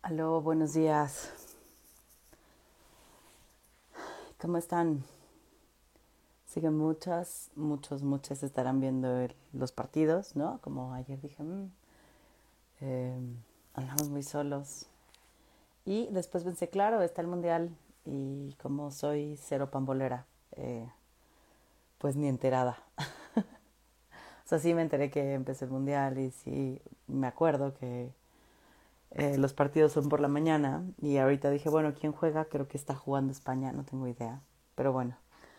Aló, buenos días. ¿Cómo están? Sé que muchas estarán viendo los partidos, ¿no? Como ayer dije, eh, andamos muy solos. Y después pensé, claro, está el mundial y como soy cero pambolera, eh, pues ni enterada. O sea, sí me enteré que empezó el mundial y sí me acuerdo que los partidos son por la mañana y ahorita dije, bueno, ¿quién juega? Creo que está jugando España, no tengo idea. Pero bueno,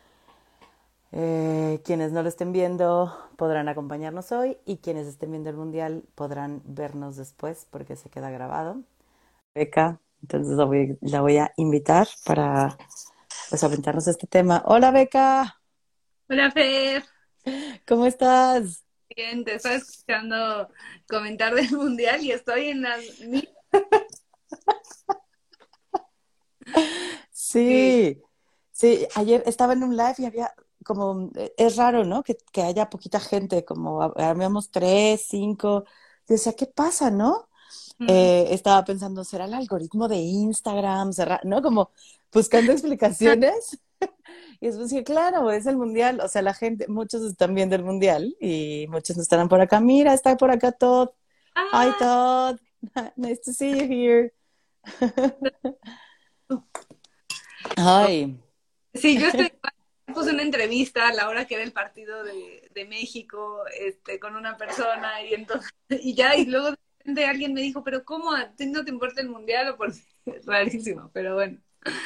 quienes no lo estén viendo podrán acompañarnos hoy y quienes estén viendo el mundial podrán vernos después porque se queda grabado. Beca, entonces la voy a invitar para pues aventarnos este tema. Hola Beca, Hola Fer, ¿cómo estás? bien, te estaba escuchando comentar del mundial y estoy en las sí, Sí, sí, ayer estaba en un live y había como, es raro, ¿no? Que haya poquita gente, como habíamos tres, cinco. Yo decía, ¿qué pasa, no? mm, Estaba pensando, ¿será el algoritmo de Instagram? ¿Será, no? Como buscando explicaciones. Y después dije, claro, es el mundial. O sea, la gente, muchos están viendo el mundial y muchos no estarán por acá. Mira, está por acá Todd. Hi, ah, Todd. Nice to see you here. Ay, sí, yo estoy, puse una entrevista a la hora que era el partido de México, con una persona y entonces, y ya, y luego de repente alguien me dijo, pero ¿cómo? ¿A ti no te importa el mundial o por qué? Rarísimo, pero bueno.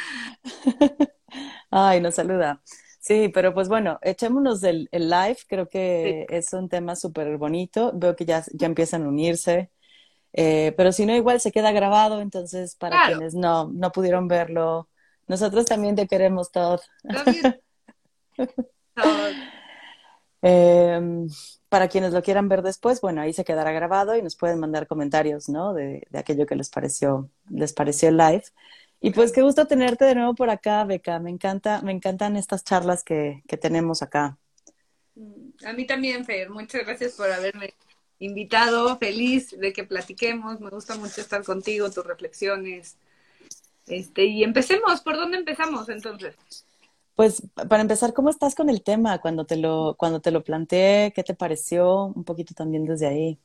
ay, nos saluda. Sí, pero pues bueno, echémonos el live. Creo Sí, que es un tema súper bonito. Veo que ya empiezan a unirse. Pero si no, igual se queda grabado, entonces para claro, quienes no pudieron verlo, nosotros también te queremos, Todd. también, no, Eh, para quienes lo quieran ver después, bueno, ahí se quedará grabado y nos pueden mandar comentarios, ¿no? De aquello que les pareció el live. Y pues claro. qué gusto tenerte de nuevo por acá, Beca. Me encantan estas charlas que tenemos acá. A mí también, Fer, muchas gracias por haberme invitado, feliz de que platiquemos, me gusta mucho estar contigo, tus reflexiones. Y empecemos, ¿por dónde empezamos entonces? Pues para empezar, ¿cómo estás con el tema? Cuando te lo planteé, ¿qué te pareció? Un poquito también desde ahí.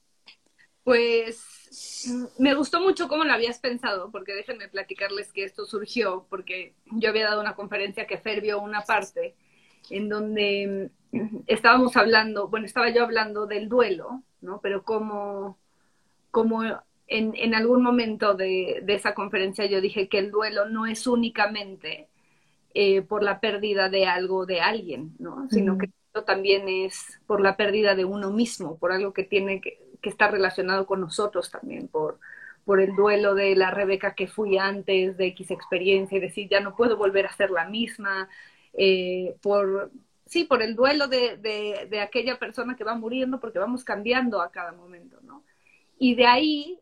Pues me gustó mucho cómo lo habías pensado, porque déjenme platicarles que esto surgió, porque yo había dado una conferencia que Fer vio una parte en donde estábamos hablando, bueno, estaba yo hablando del duelo, ¿no? Pero como en algún momento de esa conferencia yo dije que el duelo no es únicamente por la pérdida de algo de alguien, ¿no? Sino que Ujú, también es por la pérdida de uno mismo, por algo que tiene que estar relacionado con nosotros también, por el duelo de la Rebeca que fui antes de X experiencia y decir, ya no puedo volver a ser la misma, por, sí, por el duelo de aquella persona que va muriendo, porque vamos cambiando a cada momento, ¿no? Y de ahí,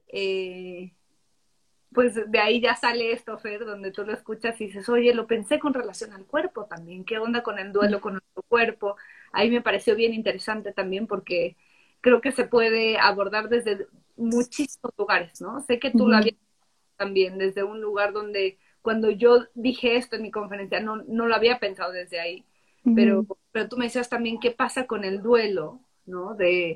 pues de ahí ya sale esto, Fer, donde tú lo escuchas y dices, oye, lo pensé con relación al cuerpo también, ¿qué onda con el duelo con nuestro cuerpo? Ahí me pareció bien interesante también porque creo que se puede abordar desde muchísimos lugares, ¿no? Sé que tú lo ujú, habías también desde un lugar donde cuando yo dije esto en mi conferencia no lo había pensado desde ahí, pero, ujú, pero tú me decías también qué pasa con el duelo, ¿no?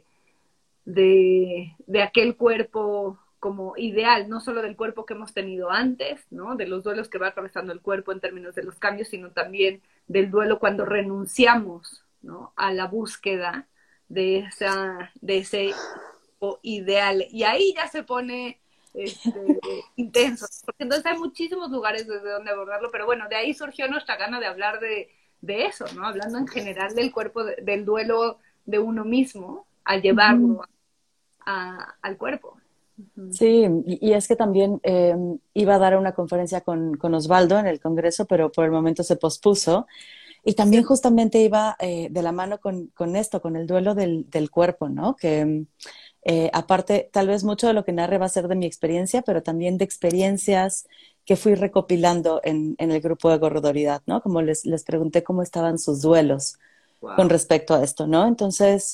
De aquel cuerpo como ideal, no solo del cuerpo que hemos tenido antes, ¿no? De los duelos que va atravesando el cuerpo en términos de los cambios, sino también del duelo cuando renunciamos, ¿no? A la búsqueda de ese ideal. Y ahí ya se pone intenso, porque entonces hay muchísimos lugares desde donde abordarlo, pero bueno, de ahí surgió nuestra gana de hablar de eso, ¿no? Hablando en general del cuerpo, del duelo de uno mismo, al ujú. llevarlo al cuerpo. Sí, y es que también iba a dar una conferencia con Osvaldo en el Congreso, pero por el momento se pospuso. Y también justamente iba de la mano con esto, con el duelo del cuerpo, ¿no? Que aparte, tal vez mucho de lo que narre va a ser de mi experiencia, pero también de experiencias que fui recopilando en el grupo de Gorrodoridad, ¿no? Como les pregunté cómo estaban sus duelos con Wow. respecto a esto, ¿no? Entonces,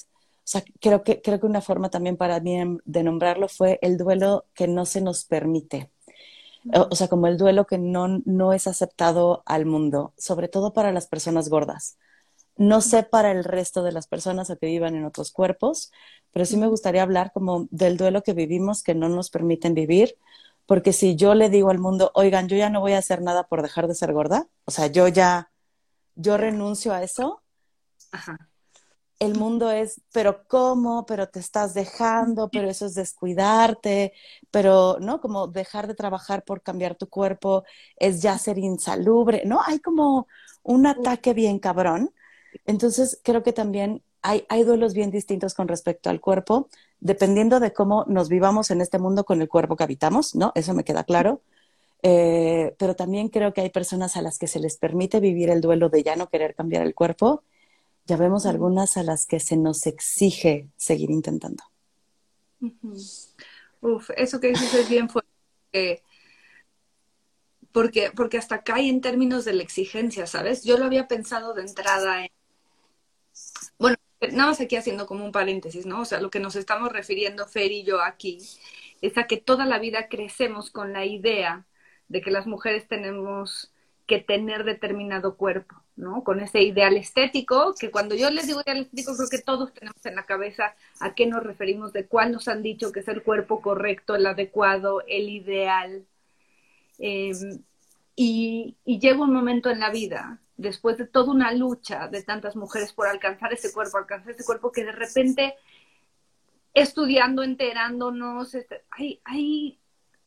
sea, creo que una forma también para mí de nombrarlo fue el duelo que no se nos permite. O sea, como el duelo que no es aceptado al mundo, sobre todo para las personas gordas. No sé para el resto de las personas o que vivan en otros cuerpos, pero sí me gustaría hablar como del duelo que vivimos que no nos permiten vivir, porque si yo le digo al mundo, oigan, yo ya no voy a hacer nada por dejar de ser gorda, o sea, yo Ya. renuncio a eso, Ajá. el mundo es, pero ¿cómo? Pero te estás dejando, pero eso es descuidarte, pero, ¿no? Como dejar de trabajar por cambiar tu cuerpo es ya ser insalubre, ¿no? Hay como un ataque bien cabrón. Entonces, creo que también hay duelos bien distintos con respecto al cuerpo, dependiendo de cómo nos vivamos en este mundo con el cuerpo que habitamos, ¿no? Eso me queda claro. Pero también creo que hay personas a las que se les permite vivir el duelo de ya no querer cambiar el cuerpo. Ya vemos algunas a las que se nos exige seguir intentando. Uf, eso que dices es bien fuerte. Porque hasta cae en términos de la exigencia, ¿sabes? Yo lo había pensado de entrada en, bueno, nada más aquí haciendo como un paréntesis, ¿no? O sea, lo que nos estamos refiriendo Fer y yo aquí es a que toda la vida crecemos con la idea de que las mujeres tenemos que tener determinado cuerpo, ¿no? Con ese ideal estético, que cuando yo les digo ideal estético, creo que todos tenemos en la cabeza a qué nos referimos, de cuál nos han dicho que es el cuerpo correcto, el adecuado, el ideal. Eh, y llega un momento en la vida, después de toda una lucha de tantas mujeres por alcanzar ese cuerpo, que de repente, estudiando, enterándonos, hay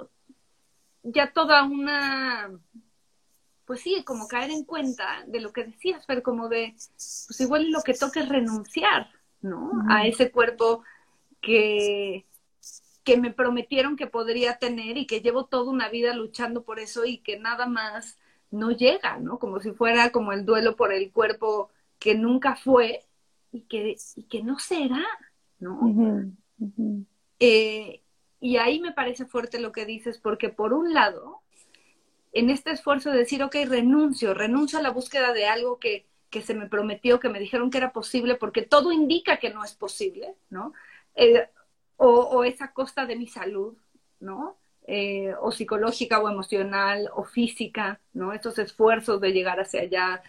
ya toda una, pues sí, como caer en cuenta de lo que decías, pero como de, pues igual lo que toca es renunciar, ¿no? A ese cuerpo que, que me prometieron que podría tener y que llevo toda una vida luchando por eso y que nada más no llega, ¿no? Como si fuera como el duelo por el cuerpo que nunca fue y que no será, ¿no? Uh-huh, uh-huh. Eh, y ahí me parece fuerte lo que dices, porque por un lado, en este esfuerzo de decir, ok, renuncio a la búsqueda de algo que se me prometió, que me dijeron que era posible, porque todo indica que no es posible, ¿no? Eh, o es a costa de mi salud, ¿no? O psicológica o emocional o física, ¿no? Estos esfuerzos de llegar hacia allá,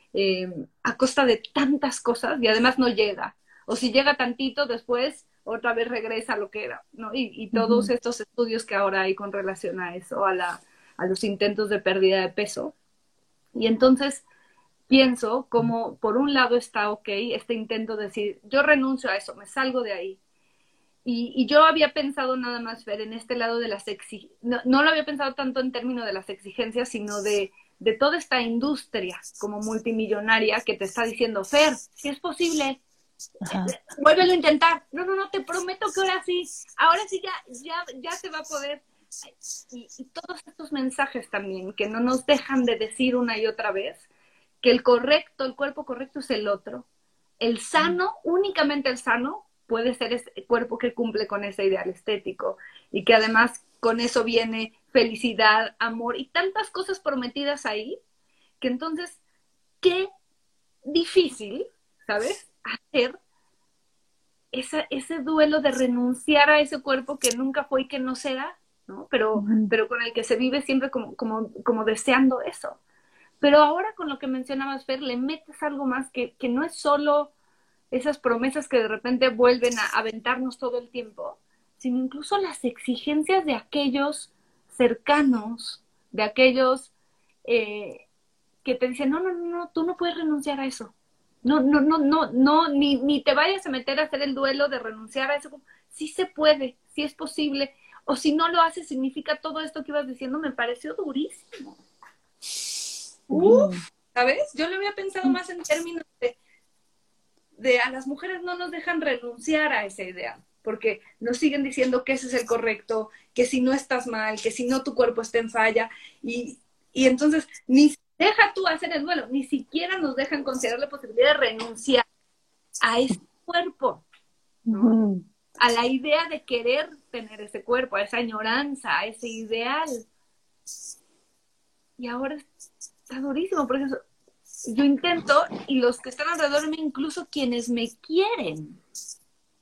a costa de tantas cosas y además no llega. O si llega tantito, después otra vez regresa a lo que era, ¿no? Y todos Uh-huh. estos estudios que ahora hay con relación a eso, a los intentos de pérdida de peso. Y entonces pienso como por un lado está ok este intento de decir, yo renuncio a eso, me salgo de ahí. Y yo había pensado nada más, ver en este lado de las exigencias, no lo había pensado tanto en términos de las exigencias, sino de toda esta industria como multimillonaria que te está diciendo, Fer, si es posible, Ajá. vuélvelo a intentar. No, no, no, te prometo que ahora sí ya se va a poder. Y todos estos mensajes también que no nos dejan de decir una y otra vez que el cuerpo correcto es el otro. El sano, únicamente el sano, puede ser ese cuerpo que cumple con ese ideal estético y que además con eso viene felicidad, amor y tantas cosas prometidas ahí, que entonces, qué difícil, ¿sabes? Hacer ese duelo de renunciar a ese cuerpo que nunca fue y que no será, ¿no? Uh-huh. Pero con el que se vive siempre como deseando eso. Pero ahora con lo que mencionabas, Fer, le metes algo más que no es solo esas promesas que de repente vuelven a aventarnos todo el tiempo, sino incluso las exigencias de aquellos cercanos, de aquellos que te dicen, no, no, no, no, tú no puedes renunciar a eso. No, no, no, no, no, ni te vayas a meter a hacer el duelo de renunciar a eso. Sí se puede, sí es posible. O si no lo haces, significa todo esto que ibas diciendo, me pareció durísimo. Uh-huh. ¿Sabes? Yo lo había pensado más en términos de a las mujeres no nos dejan renunciar a esa idea, porque nos siguen diciendo que ese es el correcto, que si no estás mal, que si no tu cuerpo está en falla, y entonces ni deja tú hacer el duelo, ni siquiera nos dejan considerar la posibilidad de renunciar a ese cuerpo, ¿no? Uh-huh. A la idea de querer tener ese cuerpo, a esa añoranza, a ese ideal. Y ahora está durísimo, porque yo intento, y los que están alrededor de mí, incluso quienes me quieren,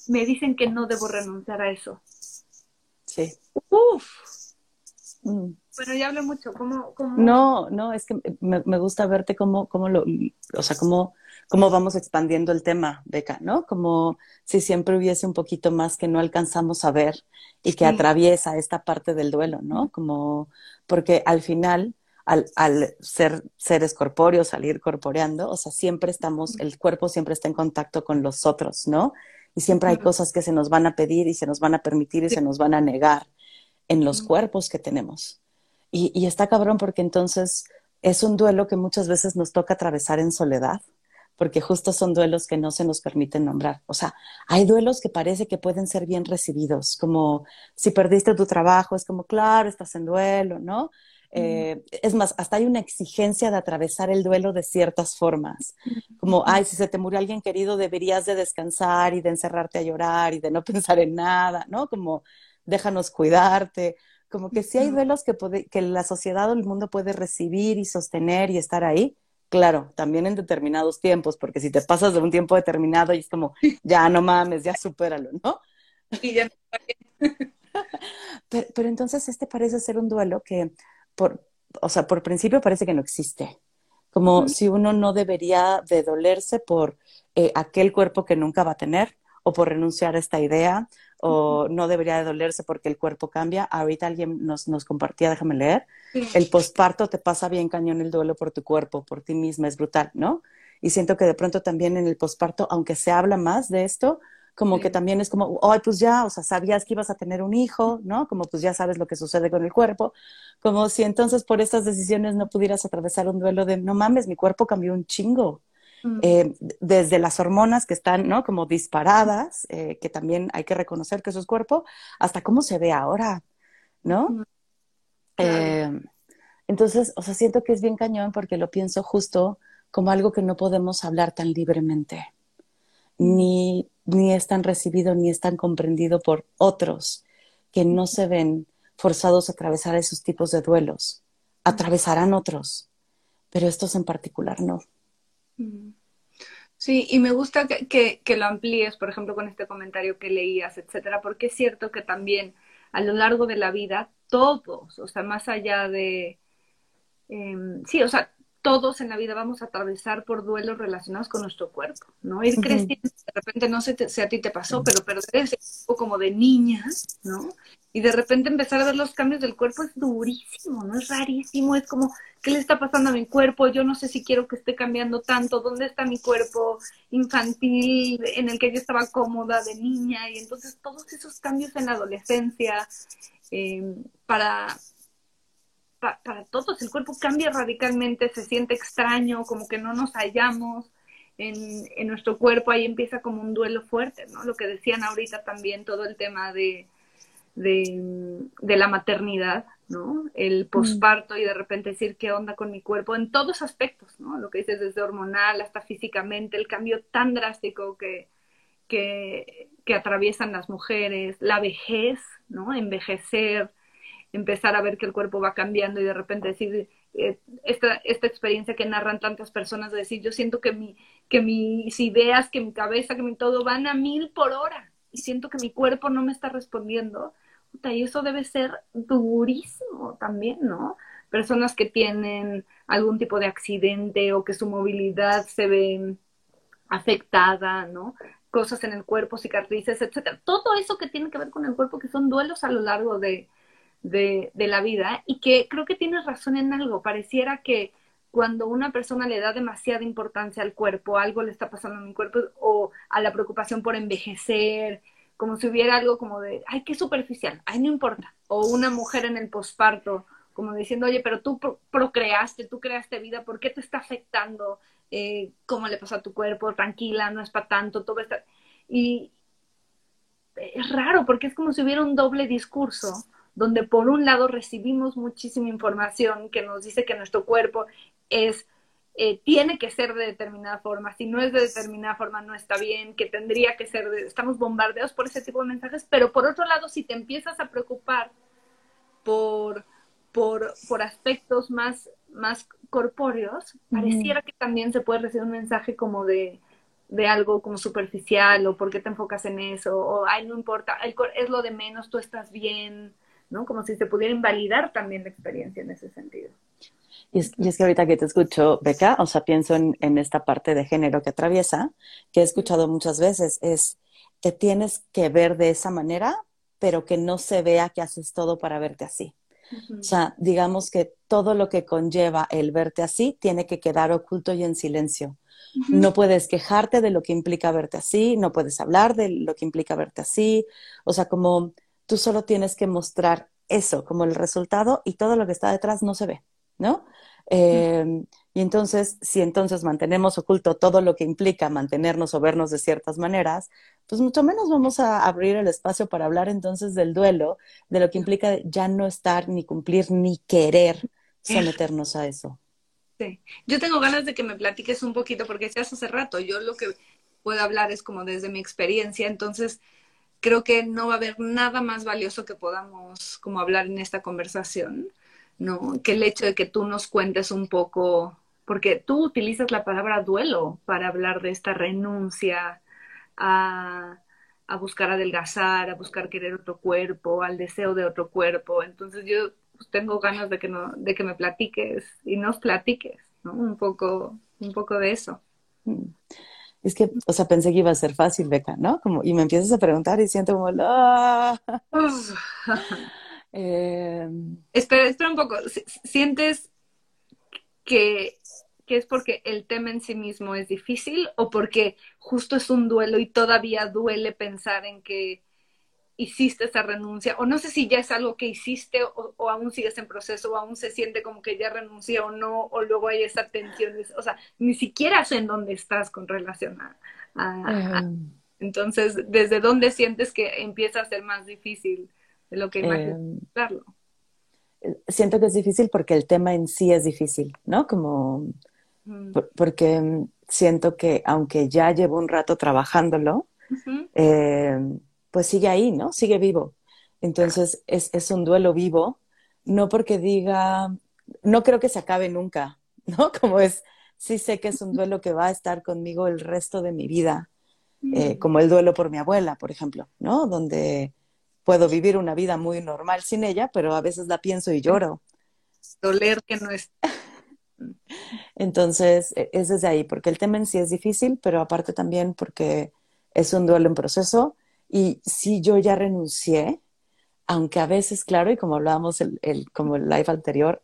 me dicen que no debo renunciar a eso. Sí. Uf. Mm. Bueno, ya hablé mucho. ¿Cómo? No, no, es que me gusta verte o sea, cómo vamos expandiendo el tema, Beca, ¿no? Como si siempre hubiese un poquito más que no alcanzamos a ver y que Sí. atraviesa esta parte del duelo, ¿no? Como, porque al final, al ser seres corpóreos, al ir corporeando, o sea, siempre estamos, el cuerpo siempre está en contacto con los otros, ¿no? Y siempre hay cosas que se nos van a pedir y se nos van a permitir y Sí. se nos van a negar en los cuerpos que tenemos. Y está cabrón porque entonces es un duelo que muchas veces nos toca atravesar en soledad, porque justo son duelos que no se nos permiten nombrar. O sea, hay duelos que parece que pueden ser bien recibidos, como si perdiste tu trabajo, es como, claro, estás en duelo, ¿no? Es más, hasta hay una exigencia de atravesar el duelo de ciertas formas, como, ay, si se te murió alguien querido, deberías de descansar y de encerrarte a llorar y de no pensar en nada, ¿no? Como, déjanos cuidarte, como que sí hay duelos que la sociedad o el mundo puede recibir y sostener y estar ahí. Claro, también en determinados tiempos, porque si te pasas de un tiempo determinado y es como, ya no mames, ya supéralo, ¿no? Y ya. Pero entonces este parece ser un duelo que, por, o sea, por principio parece que no existe. Como si uno no debería de dolerse por aquel cuerpo que nunca va a tener, o por renunciar a esta idea, o no debería de dolerse porque el cuerpo cambia. Ahorita alguien nos compartía, déjame leer, Sí. el posparto te pasa bien cañón el duelo por tu cuerpo, por ti misma, es brutal, ¿no? Y siento que de pronto también en el posparto, aunque se habla más de esto, como que Sí. también es como, ay, pues ya, o sea, sabías que ibas a tener un hijo, ¿no? Como pues ya sabes lo que sucede con el cuerpo, como si entonces por estas decisiones no pudieras atravesar un duelo de, no mames, mi cuerpo cambió un chingo. Desde las hormonas que están, ¿no? Como disparadas, que también hay que reconocer que eso es cuerpo, hasta cómo se ve ahora, ¿no? Claro. Eh, entonces, o sea, siento que es bien cañón porque lo pienso justo como algo que no podemos hablar tan libremente, ni es tan recibido, ni es tan comprendido por otros que no se ven forzados a atravesar esos tipos de duelos. Atravesarán otros, pero estos en particular no. Sí, y me gusta que lo amplíes, por ejemplo, con este comentario que leías, etcétera, porque es cierto que también a lo largo de la vida, todos, o sea, más allá de, sí, o sea, todos en la vida vamos a atravesar por duelos relacionados con nuestro cuerpo, ¿no? Ir Ujú. creciendo, de repente, no sé si a ti te pasó, pero perder ese cuerpo como de niña, ¿no? Y de repente empezar a ver los cambios del cuerpo es durísimo, ¿no? Es rarísimo, es como, ¿qué le está pasando a mi cuerpo? Yo no sé si quiero que esté cambiando tanto, ¿dónde está mi cuerpo infantil en el que yo estaba cómoda de niña? Y entonces todos esos cambios en la adolescencia, eh, para, para todos, el cuerpo cambia radicalmente, se siente extraño, como que no nos hallamos en nuestro cuerpo, ahí empieza como un duelo fuerte, ¿no? Lo que decían ahorita también, todo el tema de la maternidad, ¿no? El posparto y de repente decir qué onda con mi cuerpo en todos aspectos, ¿no? Lo que dices desde hormonal hasta físicamente, el cambio tan drástico que atraviesan las mujeres, la vejez, ¿no? Envejecer, empezar a ver que el cuerpo va cambiando y de repente decir, esta experiencia que narran tantas personas, de decir, yo siento que mis ideas, que mi cabeza, que mi todo van a 1000 por hora y siento que mi cuerpo no me está respondiendo. Puta, y eso debe ser durísimo también, ¿no? Personas que tienen algún tipo de accidente o que su movilidad se ve afectada, ¿no? Cosas en el cuerpo, cicatrices, etcétera. Todo eso que tiene que ver con el cuerpo, que son duelos a lo largo de la vida y que creo que tienes razón en algo. Pareciera que cuando una persona le da demasiada importancia al cuerpo, algo le está pasando a mi cuerpo o a la preocupación por envejecer, como si hubiera algo como de, ay, qué superficial, ay, no importa. O una mujer en el posparto, como diciendo, oye, pero tú procreaste, tú creaste vida, ¿por qué te está afectando? ¿Cómo le pasa a tu cuerpo? Tranquila, no es para tanto, todo está... Y es raro porque es como si hubiera un doble discurso donde por un lado recibimos muchísima información que nos dice que nuestro cuerpo es tiene que ser de determinada forma, si no es de determinada forma no está bien, que tendría que ser estamos bombardeados por ese tipo de mensajes, pero por otro lado si te empiezas a preocupar por, por aspectos más corpóreos, Ujú. pareciera que también se puede recibir un mensaje como de de algo como superficial, o por qué te enfocas en eso, o ay, no importa, es lo de menos, tú estás bien, ¿no? Como si se pudiera invalidar también la experiencia en ese sentido. Y es que ahorita que te escucho, Beca, o sea, pienso en esta parte de género que atraviesa, que he escuchado muchas veces, es, te tienes que ver de esa manera, pero que no se vea que haces todo para verte así. O Ujú, sea, digamos que todo lo que conlleva el verte así tiene que quedar oculto y en silencio. ujú. No puedes quejarte de lo que implica verte así, no puedes hablar de lo que implica verte así. O sea, como tú solo tienes que mostrar eso como el resultado y todo lo que está detrás no se ve, ¿no? Y entonces, si entonces mantenemos oculto todo lo que implica mantenernos o vernos de ciertas maneras, pues mucho menos vamos a abrir el espacio para hablar entonces del duelo, de lo que implica ya no estar, ni cumplir, ni querer someternos a eso. Sí. Yo tengo ganas de que me platiques un poquito, porque decías hace rato, yo lo que puedo hablar es como desde mi experiencia, entonces creo que no va a haber nada más valioso que podamos como hablar en esta conversación, ¿no? Que el hecho de que tú nos cuentes un poco, porque tú utilizas la palabra duelo para hablar de esta renuncia a, a buscar adelgazar, a buscar querer otro cuerpo, al deseo de otro cuerpo. Entonces yo pues, tengo ganas de que, no, de que me platiques y nos platiques, ¿no? Un poco de eso. Mm. Es que, o sea, pensé que iba a ser fácil, Beca, ¿no? Como, y me empiezas a preguntar y siento como, ¡ah! Uf. Eh, Espera un poco. ¿Sientes que, que es porque el tema en sí mismo es difícil o porque justo es un duelo y todavía duele pensar en que hiciste esa renuncia? O no sé si ya es algo que hiciste o aún sigues en proceso o aún se siente como que ya renuncié o no, o luego hay esa tensión. O sea, ni siquiera sé en dónde estás con relación eh, entonces, ¿desde dónde sientes que empieza a ser más difícil de lo que imaginas eh, hablarlo? siento que es difícil porque el tema en sí es difícil, ¿no? Como, Mm. porque siento que aunque ya llevo un rato trabajándolo, Ujú. eh, pues sigue ahí, ¿no? Sigue vivo. Entonces es un duelo vivo, no porque diga, no creo que se acabe nunca, ¿no? Como es, sí sé que es un duelo que va a estar conmigo el resto de mi vida, Mm. como el duelo por mi abuela, por ejemplo, ¿no? Donde puedo vivir una vida muy normal sin ella, pero a veces la pienso y lloro. Doler que no es. Entonces, es desde ahí, porque el tema en sí es difícil, pero aparte también porque es un duelo en proceso y si yo ya renuncié, aunque a veces, claro, y como hablábamos como el live anterior,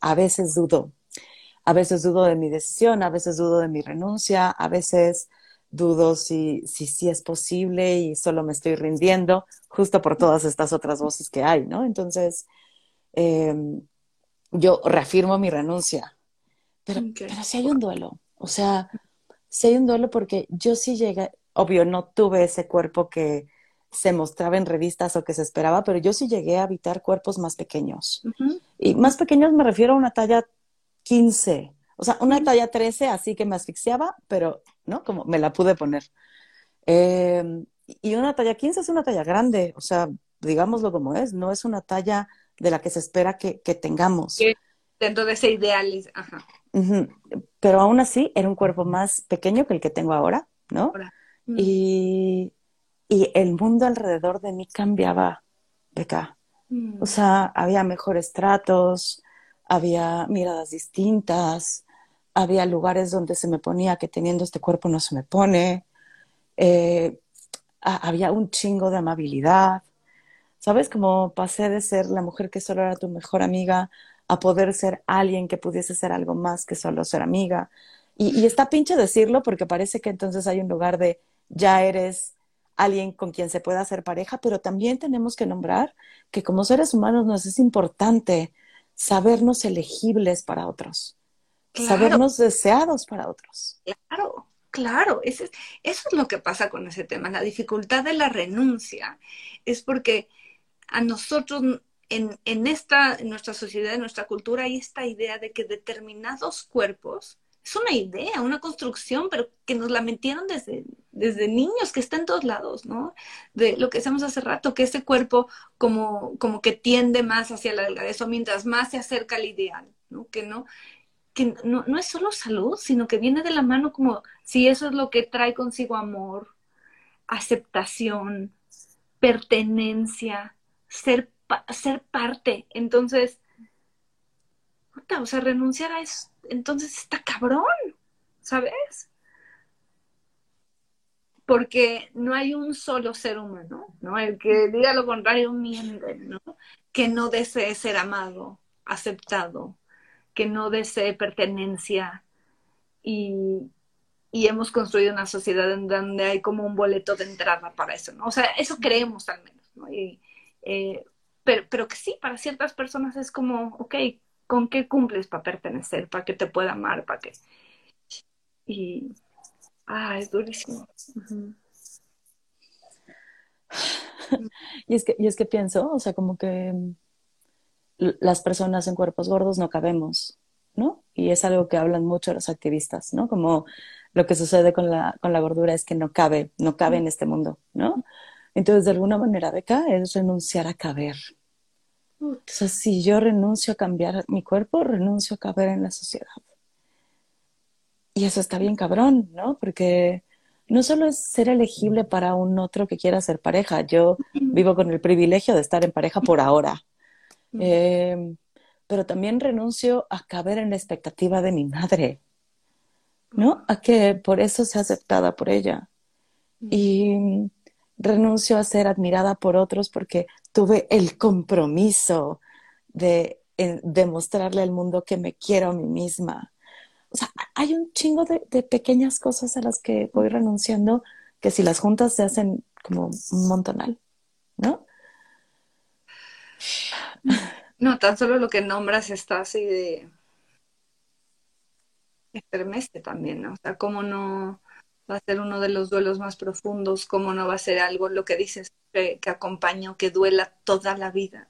a veces dudo de mi decisión, a veces dudo de mi renuncia, a veces dudo si es posible y solo me estoy rindiendo, justo por todas estas otras voces que hay, ¿no? Entonces, eh, yo reafirmo mi renuncia, Okay. pero si hay un duelo, o sea, si hay un duelo porque yo sí llegué, obvio, no tuve ese cuerpo que se mostraba en revistas o que se esperaba, pero yo sí llegué a habitar cuerpos más pequeños. Ujú, Y más pequeños me refiero a una talla 15, o sea, una ujú. talla 13, así que me asfixiaba, pero, ¿no? Como me la pude poner. Y una talla 15 es una talla grande, o sea, digámoslo como es, no es una talla de la que se espera que tengamos. Que dentro de ese ideal, ajá, Ujú. Pero aún así era un cuerpo más pequeño que el que tengo ahora, ¿no? ahora. Mm, Y, y el mundo alrededor de mí cambiaba, Beca. O mm, sea, había mejores tratos, había miradas distintas, había lugares donde se me ponía que teniendo este cuerpo no se me pone, eh, había un chingo de amabilidad, ¿sabes? Como pasé de ser la mujer que solo era tu mejor amiga a poder ser alguien que pudiese ser algo más que solo ser amiga. Y está pinche decirlo porque parece que entonces hay un lugar de ya eres alguien con quien se pueda hacer pareja, pero también tenemos que nombrar que como seres humanos nos es importante sabernos elegibles para otros, claro, sabernos deseados para otros. claro, claro. Eso es lo que pasa con ese tema. La dificultad de la renuncia es porque a nosotros en nuestra sociedad, en nuestra cultura, hay esta idea de que determinados cuerpos es una idea, una construcción, pero que nos la metieron desde niños, que está en todos lados, ¿no? De lo que decíamos hace rato, que ese cuerpo como que tiende más hacia la delgadez o mientras más se acerca al ideal, ¿no? Que no. que no es solo salud, sino que viene de la mano como si eso es lo que trae consigo amor, aceptación, pertenencia, ser parte. Entonces, puta, o sea, renunciar a eso, entonces está cabrón, ¿sabes? Porque no hay un solo ser humano, ¿no? El que diga lo contrario miente, ¿no? Que no desee ser amado, aceptado, que no desee pertenencia y, y hemos construido una sociedad en donde hay como un boleto de entrada para eso, ¿no? O sea, eso creemos al menos, ¿no? Eh, pero que sí, para ciertas personas es como, ok, ¿con qué cumples para pertenecer? ¿Para que te pueda amar? ¿Para que? Y, es durísimo. Uh-huh. Y es que pienso, o sea, como que las personas en cuerpos gordos no cabemos, ¿no? Y es algo que hablan mucho los activistas, ¿no? Como lo que sucede con la gordura es que no cabe en este mundo, ¿no? Entonces, de alguna manera, Beca, es renunciar a caber. Entonces, si yo renuncio a cambiar mi cuerpo, renuncio a caber en la sociedad. Y eso está bien cabrón, ¿no? Porque no solo es ser elegible para un otro que quiera ser pareja, yo vivo con el privilegio de estar en pareja por ahora. Eh, pero también renuncio a caber en la expectativa de mi madre, ¿no? A que por eso sea aceptada por ella. Y renuncio a ser admirada por otros porque tuve el compromiso de demostrarle al mundo que me quiero a mí misma. O sea, hay un chingo de pequeñas cosas a las que voy renunciando que si las juntas se hacen como un montonal, ¿no? No, tan solo lo que nombras está así de estremece también, ¿no? O sea, cómo no va a ser uno de los duelos más profundos, cómo no va a ser algo, lo que dices, que acompaña o que duela toda la vida.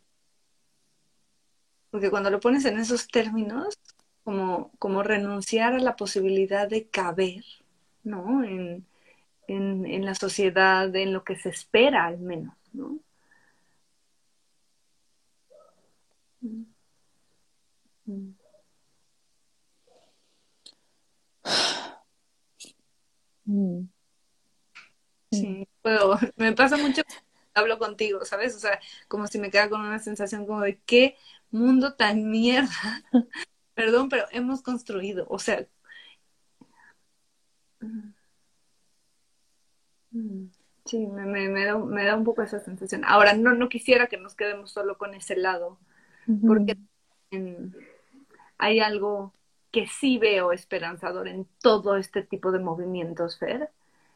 Porque cuando lo pones en esos términos, como renunciar a la posibilidad de caber, ¿no? En la sociedad, en lo que se espera al menos, ¿no? Mm. Mm, mm. Sí, pero me pasa mucho cuando hablo contigo, ¿sabes? O sea, como si me queda con una sensación como de qué mundo tan mierda, perdón, pero hemos construido. O sea, sí, me da un poco esa sensación. Ahora, no quisiera que nos quedemos solo con ese lado, Ujú. porque en- hay algo que sí veo esperanzador en todo este tipo de movimientos, Fer,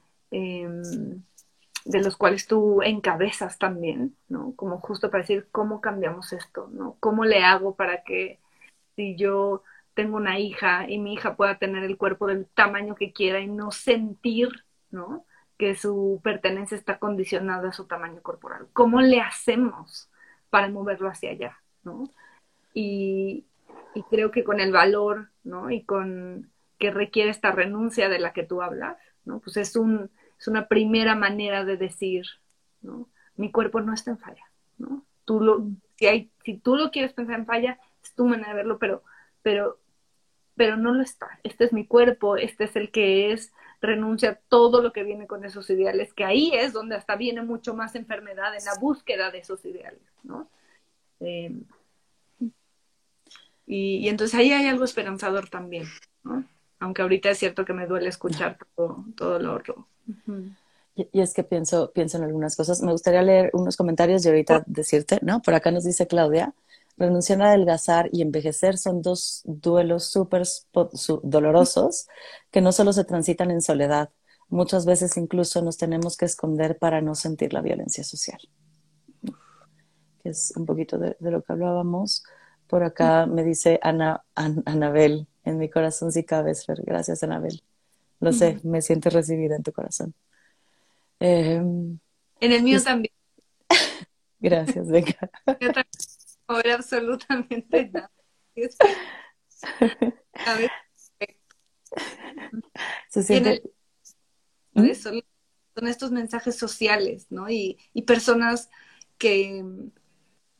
de los cuales tú encabezas también, ¿no? Como justo para decir cómo cambiamos esto, ¿no? ¿Cómo le hago para que si yo tengo una hija y mi hija pueda tener el cuerpo del tamaño que quiera y no sentir, ¿no? Que su pertenencia está condicionada a su tamaño corporal. ¿Cómo le hacemos para moverlo hacia allá, ¿no? Y, y creo que con el valor, ¿no? Y con que requiere esta renuncia de la que tú hablas, ¿no? Pues es una primera manera de decir, ¿no? Mi cuerpo no está en falla, ¿no? Si tú lo quieres pensar en falla, es tu manera de verlo, pero, pero no lo está. Este es mi cuerpo, este es el que es, renuncia a todo lo que viene con esos ideales, que ahí es donde hasta viene mucho más enfermedad en la búsqueda de esos ideales, ¿no? Eh, y entonces ahí hay algo esperanzador también, ¿no? Aunque ahorita es cierto que me duele escuchar todo lo otro. Uh-huh. Y es que pienso en algunas cosas. Me gustaría leer unos comentarios y ahorita decirte, ¿no? Por acá nos dice Claudia, renunciar a adelgazar y envejecer son dos duelos súper dolorosos que no solo se transitan en soledad, muchas veces incluso nos tenemos que esconder para no sentir la violencia social, que es un poquito de lo que hablábamos. Por acá me dice Anabel, en mi corazón sí cabes, Fer. Gracias, Anabel. Lo sé, Uh-huh. me siento recibida en tu corazón. Eh, En el mío también. Gracias, venga. Yo también no ver absolutamente nada. Espera, a ver, Se y en siente. el, ¿Mm? ¿sabes? Son estos mensajes sociales, ¿no? Y personas que,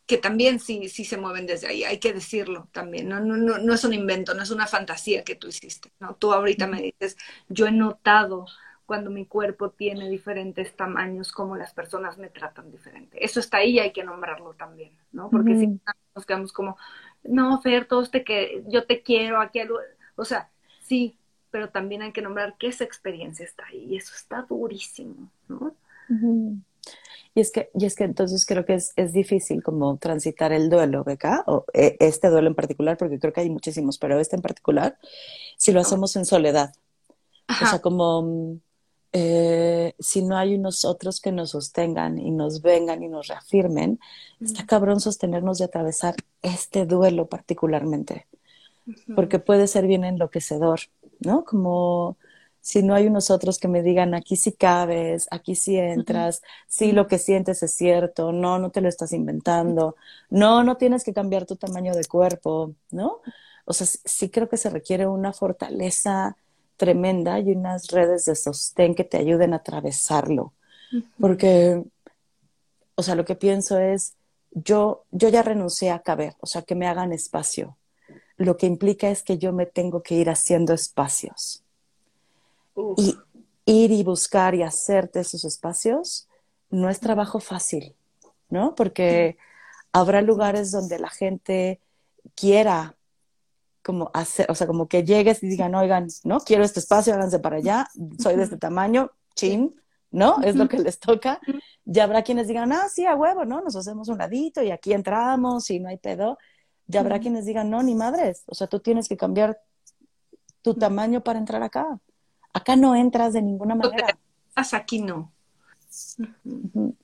que también sí se mueven desde ahí, hay que decirlo también, no es un invento, no es una fantasía que tú hiciste, ¿no? Tú ahorita me dices, yo he notado cuando mi cuerpo tiene diferentes tamaños, cómo las personas me tratan diferente. Eso está ahí y hay que nombrarlo también, ¿no? Porque si nos quedamos como, no, Fer, yo te quiero, aquí algo, o sea, sí, pero también hay que nombrar que esa experiencia está ahí y eso está durísimo, ¿no? Y es que entonces creo que es difícil como transitar el duelo, Beca, o este duelo en particular, porque creo que hay muchísimos, pero este en particular, si lo hacemos en soledad. O sea, Ajá. como si no hay unos otros que nos sostengan y nos vengan y nos reafirmen, está cabrón sostenernos y atravesar este duelo particularmente, porque puede ser bien enloquecedor, ¿no? Como si no hay unos otros que me digan, aquí sí cabes, aquí sí entras, sí lo que sientes es cierto, no, no te lo estás inventando, no, no tienes que cambiar tu tamaño de cuerpo, ¿no? O sea, sí creo que se requiere una fortaleza tremenda y unas redes de sostén que te ayuden a atravesarlo, porque, o sea, lo que pienso es, yo ya renuncié a caber, o sea, que me hagan espacio, lo que implica es que yo me tengo que ir haciendo espacios. Uf. Y ir y buscar y hacerte esos espacios no es trabajo fácil, ¿no? Porque habrá lugares donde la gente quiera como hacer, o sea, como que llegues y digan, oigan, ¿no? Quiero este espacio, háganse para allá, soy de este tamaño, Sí. chin, ¿no? Es lo que les toca. Ya habrá quienes digan, ah, sí, a huevo, ¿no? Nos hacemos un ladito y aquí entramos y no hay pedo. Ya habrá quienes digan, no, ni madres, o sea, tú tienes que cambiar tu tamaño para entrar acá. Acá no entras de ninguna Lo que te manera. pasa aquí no. Ujú.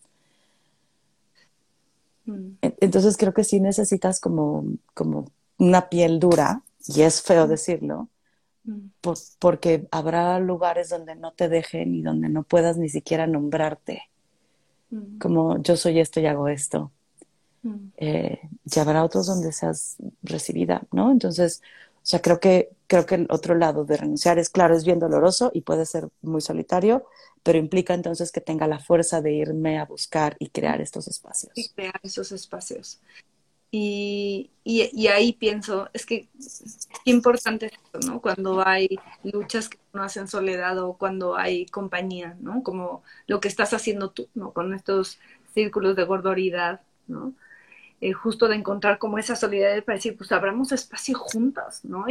Entonces creo que sí necesitas como una piel dura, y es feo decirlo, porque habrá lugares donde no te dejen y donde no puedas ni siquiera nombrarte, como yo soy esto y hago esto. Y habrá otros donde seas recibida, ¿no? Entonces, o sea, creo que el otro lado de renunciar es, claro, es bien doloroso y puede ser muy solitario, pero implica entonces que tenga la fuerza de irme a buscar y crear estos Y espacios. crear esos espacios. Y ahí pienso, es que qué importante es esto, ¿no? Cuando hay luchas que uno hace en soledad o cuando hay compañía, ¿no? Como lo que estás haciendo tú, ¿no? Con estos círculos de gordoridad, ¿no? Justo de encontrar como esa solidaridad para decir, pues abramos espacio juntas, ¿no?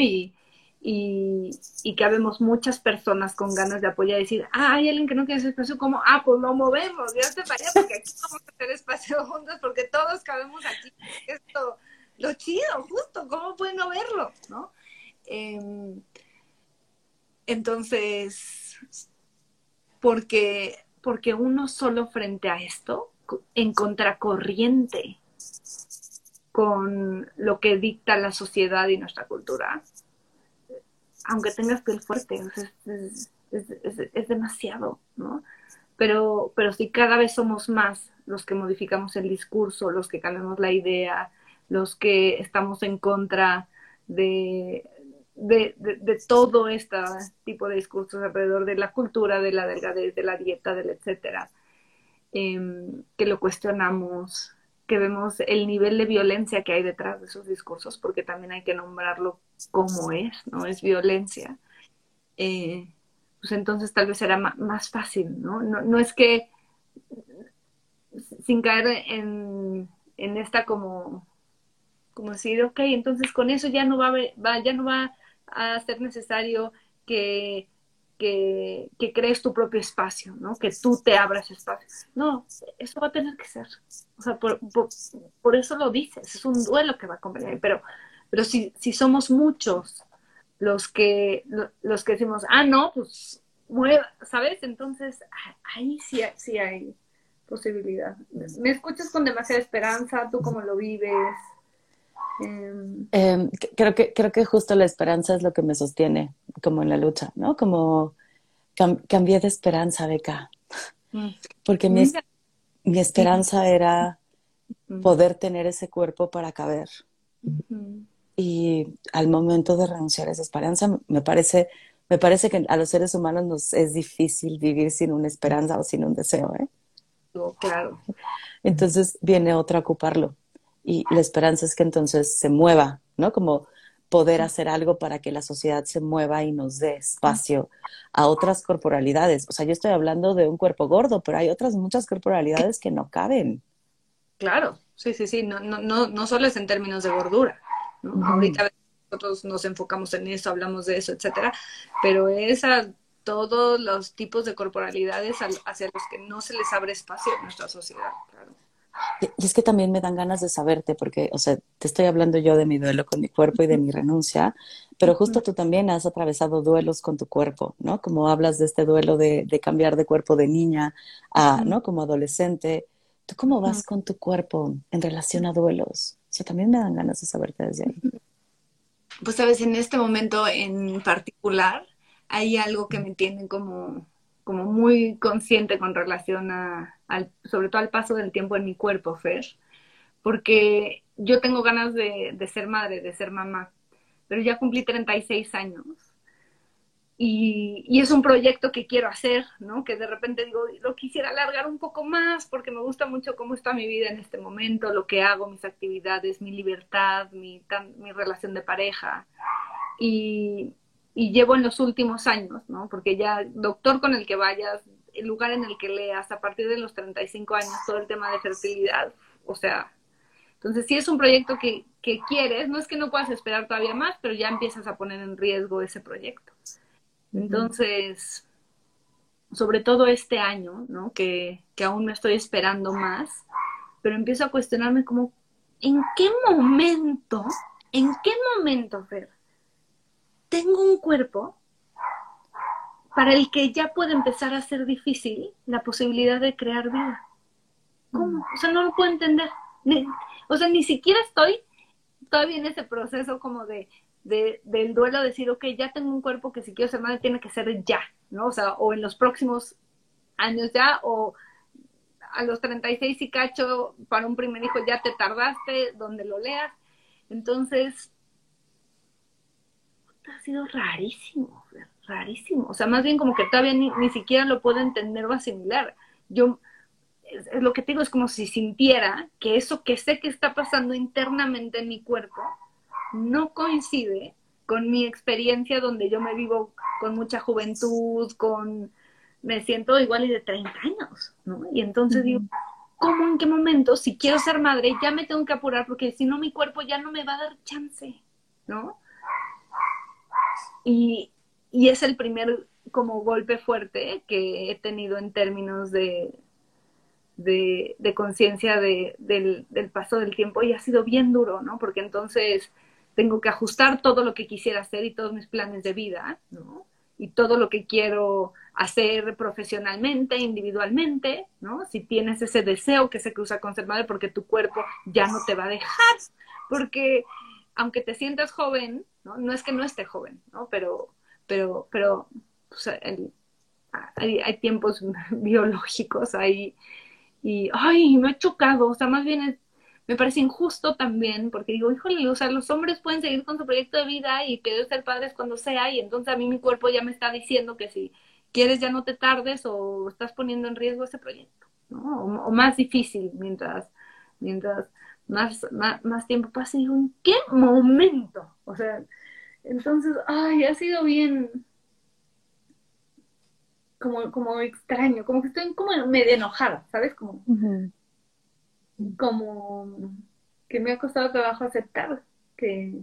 Y que habemos muchas personas con ganas de apoyar y decir, ah, hay alguien que no quiere hacer espacio, como, pues lo movemos, ya te para allá, porque aquí vamos a hacer espacio juntos, porque todos cabemos aquí. Esto, lo chido, justo, ¿cómo pueden no verlo, no? Eh, entonces, porque uno solo frente a esto, en contracorriente con lo que dicta la sociedad y nuestra cultura, aunque tengas piel fuerte, o sea, es demasiado, ¿no? Pero si cada vez somos más los que modificamos el discurso, los que cambiamos la idea, los que estamos en contra de todo este tipo de discursos alrededor de la cultura, de la delgadez, de la dieta, del etcétera, que lo cuestionamos, que vemos el nivel de violencia que hay detrás de esos discursos, porque también hay que nombrarlo como es, ¿no? Es violencia. Eh, pues entonces tal vez será más fácil, ¿no? No es que sin caer en esta como decir, ok, entonces con eso ya no ya no va a ser necesario que, que crees tu propio espacio, ¿no? Que tú te abras espacio. No, eso va a tener que ser. O sea, por eso lo dices, es un duelo que va a acompañar, pero si somos muchos los que decimos, no, pues mueva, ¿sabes? Entonces, ahí sí hay posibilidad. ¿Me escuchas con demasiada esperanza? ¿Tú cómo lo vives? Eh, Creo que justo la esperanza es lo que me sostiene como en la lucha, ¿no? Como cambié de esperanza, Beca, porque Mira, mi sí. esperanza era poder tener ese cuerpo para caber. Y al momento de renunciar a esa esperanza, me parece que a los seres humanos nos es difícil vivir sin una esperanza o sin un deseo, ¿eh? Claro. Entonces viene otro a ocuparlo. y la esperanza es que entonces se mueva, ¿no? Como poder hacer algo para que la sociedad se mueva y nos dé espacio a otras corporalidades. O sea, yo estoy hablando de un cuerpo gordo, pero hay otras muchas corporalidades que no caben. Claro, sí, sí, sí, no solo es en términos de gordura, ¿no? Ujú. Ahorita nosotros nos enfocamos en eso, hablamos de eso, etcétera, pero es a todos los tipos de corporalidades hacia los que no se les abre espacio en nuestra sociedad, claro. Y es que también me dan ganas de saberte, porque, o sea, te estoy hablando yo de mi duelo con mi cuerpo y de mi renuncia, pero justo tú también has atravesado duelos con tu cuerpo, ¿no? Como hablas de este duelo de cambiar de cuerpo de niña a, ¿no? Como adolescente. ¿Tú cómo vas con tu cuerpo en relación a duelos? O sea, también me dan ganas de saberte desde ahí. Pues sabes, en este momento en particular hay algo que me tiene como muy consciente con relación sobre todo al paso del tiempo en mi cuerpo, Fer, porque yo tengo ganas de ser madre, de ser mamá, pero ya cumplí 36 años y es un proyecto que quiero hacer, ¿no? Que de repente digo, lo quisiera alargar un poco más porque me gusta mucho cómo está mi vida en este momento, lo que hago, mis actividades, mi libertad, mi relación de pareja. Y, y llevo en los últimos años, ¿no? Porque ya doctor con el que vayas, el lugar en el que leas, a partir de los 35 años, todo el tema de fertilidad, o sea, entonces si es un proyecto que quieres, no es que no puedas esperar todavía más, pero ya empiezas a poner en riesgo ese proyecto. Ujú. Entonces, sobre todo este año, ¿no? Que aún me estoy esperando más, pero empiezo a cuestionarme como, ¿en qué momento, Fer, tengo un cuerpo para el que ya puede empezar a ser difícil la posibilidad de crear vida? ¿Cómo? O sea, no lo puedo entender. O sea, ni siquiera estoy todavía en ese proceso como del duelo, decir, ok, ya tengo un cuerpo que si quiero ser madre tiene que ser ya, ¿no? O sea, o en los próximos años ya, o a los 36 y cacho para un primer hijo ya te tardaste, donde lo leas. Entonces, ha sido rarísimo, rarísimo. O sea, más bien como que todavía ni siquiera lo puedo entender o asimilar. Yo, es lo que te digo, es como si sintiera que eso que sé que está pasando internamente en mi cuerpo no coincide con mi experiencia donde yo me vivo con mucha juventud, me siento igual y de 30 años, ¿no? Y entonces digo, Ujú. ¿cómo, en qué momento, si quiero ser madre, ya me tengo que apurar porque si no mi cuerpo ya no me va a dar chance, ¿no? Y, y es el primer como golpe fuerte que he tenido en términos de conciencia del paso del tiempo y ha sido bien duro, ¿no? Porque entonces tengo que ajustar todo lo que quisiera hacer y todos mis planes de vida, ¿no? Y todo lo que quiero hacer profesionalmente, individualmente, ¿no? Si tienes ese deseo que se cruza con ser madre porque tu cuerpo ya no te va a dejar, porque aunque te sientas joven, ¿no? No es que no esté joven, ¿no? Pero o sea, hay tiempos biológicos, y, ay, me ha chocado, o sea, más bien me parece injusto también, porque digo, híjole, o sea, los hombres pueden seguir con su proyecto de vida y querer ser padres cuando sea, y entonces a mí mi cuerpo ya me está diciendo que si quieres ya no te tardes o estás poniendo en riesgo ese proyecto, ¿no? O más difícil mientras más tiempo pase, y digo, ¿en qué momento? O sea, entonces, ay, ha sido bien, como extraño, como que estoy como medio enojada, ¿sabes? Ujú. Como que me ha costado trabajo aceptar que,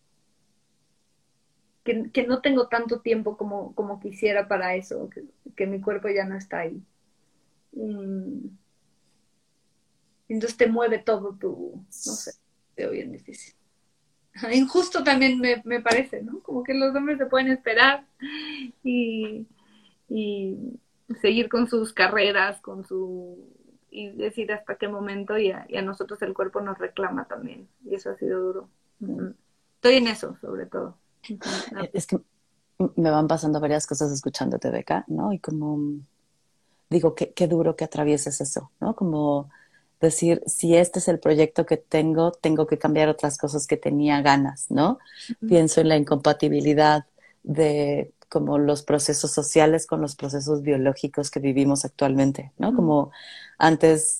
que no tengo tanto tiempo como quisiera para eso, que mi cuerpo ya no está ahí. Y entonces te mueve todo no sé, veo bien difícil. Injusto también me parece, ¿no? Como que los hombres se pueden esperar y, y seguir con sus carreras, y decir hasta qué momento, y a nosotros el cuerpo nos reclama también, y eso ha sido duro. Estoy en eso, sobre todo. Es que me van pasando varias cosas escuchándote, Beca, ¿no? Y como digo, qué duro que atravieses eso, ¿no? Como decir, si este es el proyecto que tengo, tengo que cambiar otras cosas que tenía ganas, ¿no? Pienso en la incompatibilidad de como los procesos sociales con los procesos biológicos que vivimos actualmente, ¿no? Como antes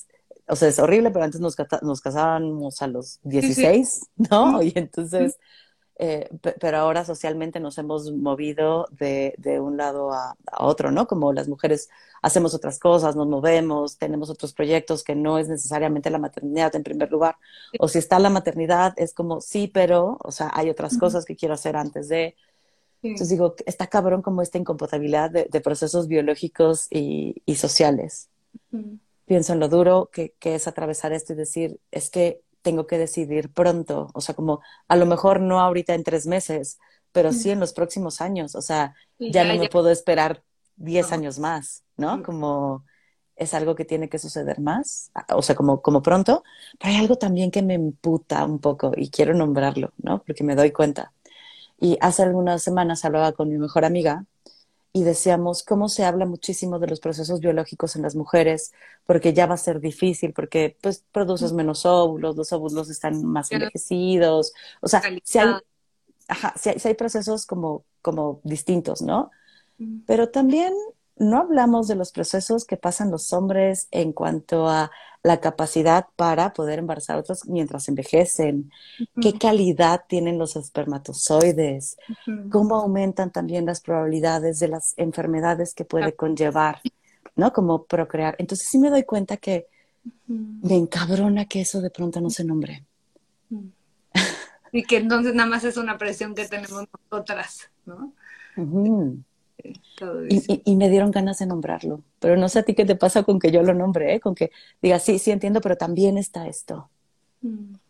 o sea, es horrible, pero antes nos casábamos a los Sí, sí. 16, ¿no? Mm, Y mm, entonces, pero ahora socialmente nos hemos movido de un lado a otro, ¿no? Como las mujeres hacemos otras cosas, nos movemos, tenemos otros proyectos que no es necesariamente la maternidad en primer lugar. sí, O si está la maternidad, es como, sí, pero, o sea, hay otras mm, cosas que quiero hacer antes de. Entonces sí, digo, está cabrón como esta incompatibilidad de procesos biológicos y sociales. mm, Pienso en lo duro que es atravesar esto y decir, es que tengo que decidir pronto, o sea, como a lo mejor no ahorita en 3 meses, pero mm. sí en los próximos años, o sea, Y ya no ya, me ya. puedo esperar 10 No. años más, ¿no? Mm, Como es algo que tiene que suceder más, o sea, como pronto, pero hay algo también que me emputa un poco y quiero nombrarlo, ¿no? Porque me doy cuenta. Y hace algunas semanas hablaba con mi mejor amiga y decíamos cómo se habla muchísimo de los procesos biológicos en las mujeres, porque ya va a ser difícil, porque pues mm. produces menos óvulos, los óvulos están más Ya no envejecidos, o sea, si calidad. hay, ajá, si hay procesos como distintos, ¿no? Mm, Pero también no hablamos de los procesos que pasan los hombres en cuanto a la capacidad para poder embarazar a otros mientras envejecen, qué mm, calidad tienen los espermatozoides, mm. cómo aumentan también las probabilidades de las enfermedades que Ah, puede conllevar, ¿no? Como procrear. Entonces sí me doy cuenta que mm, me encabrona que eso de pronto no se nombre. mm. Y que entonces nada más es una presión que tenemos nosotras, ¿no? Ujú. Todo Y, eso. y, y me dieron ganas de nombrarlo. Pero no sé a ti qué te pasa con que yo lo nombre, ¿eh? Con que diga, sí, sí entiendo, pero también está esto. Mm.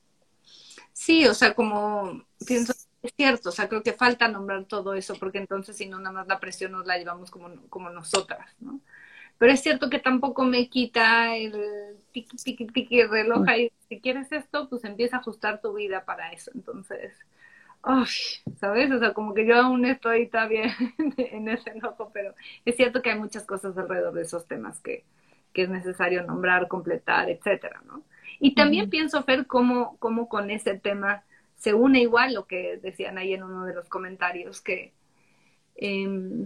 Sí, o sea, como pienso, es cierto, o sea, creo que falta nombrar todo eso, porque entonces si no, nada más la presión nos la llevamos como nosotras, ¿no? Pero es cierto que tampoco me quita el tiqui, tiqui, tiqui reloj Mm. ahí. Si quieres esto, pues empieza a ajustar tu vida para eso. Entonces, ¡ay! ¿Sabes? O sea, como que yo aún estoy todavía en ese enojo, pero es cierto que hay muchas cosas alrededor de esos temas que es necesario nombrar, completar, etcétera, ¿no? Y también Ujú. pienso, Fer, cómo con ese tema se une igual lo que decían ahí en uno de los comentarios, eh,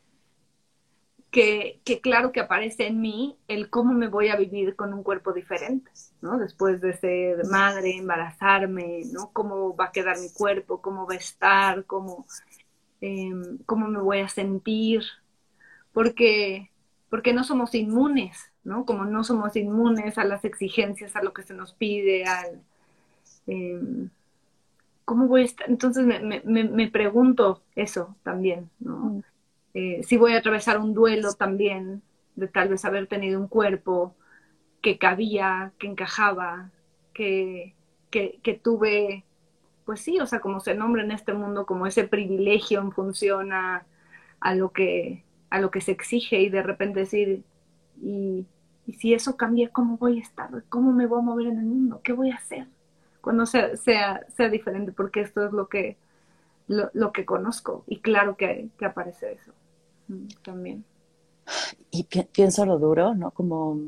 que claro que aparece en mí el cómo me voy a vivir con un cuerpo diferente, ¿no? Después de ser madre, embarazarme, ¿no? Cómo va a quedar mi cuerpo, cómo va a estar, cómo me voy a sentir, porque, porque no somos inmunes, ¿no? Como no somos inmunes a las exigencias, a lo que se nos pide, eh, ¿cómo voy a estar? Entonces me pregunto eso también, ¿no? Si voy a atravesar un duelo también, de tal vez haber tenido un cuerpo que cabía, que encajaba, que, que tuve, pues sí, o sea, como se nombra en este mundo, como ese privilegio en función a a lo que se exige y de repente decir, y, y si eso cambia, ¿cómo voy a estar? ¿Cómo me voy a mover en el mundo? ¿Qué voy a hacer? Cuando sea diferente, porque esto es lo que conozco y claro que aparece eso también. Y pienso lo duro, ¿no? Como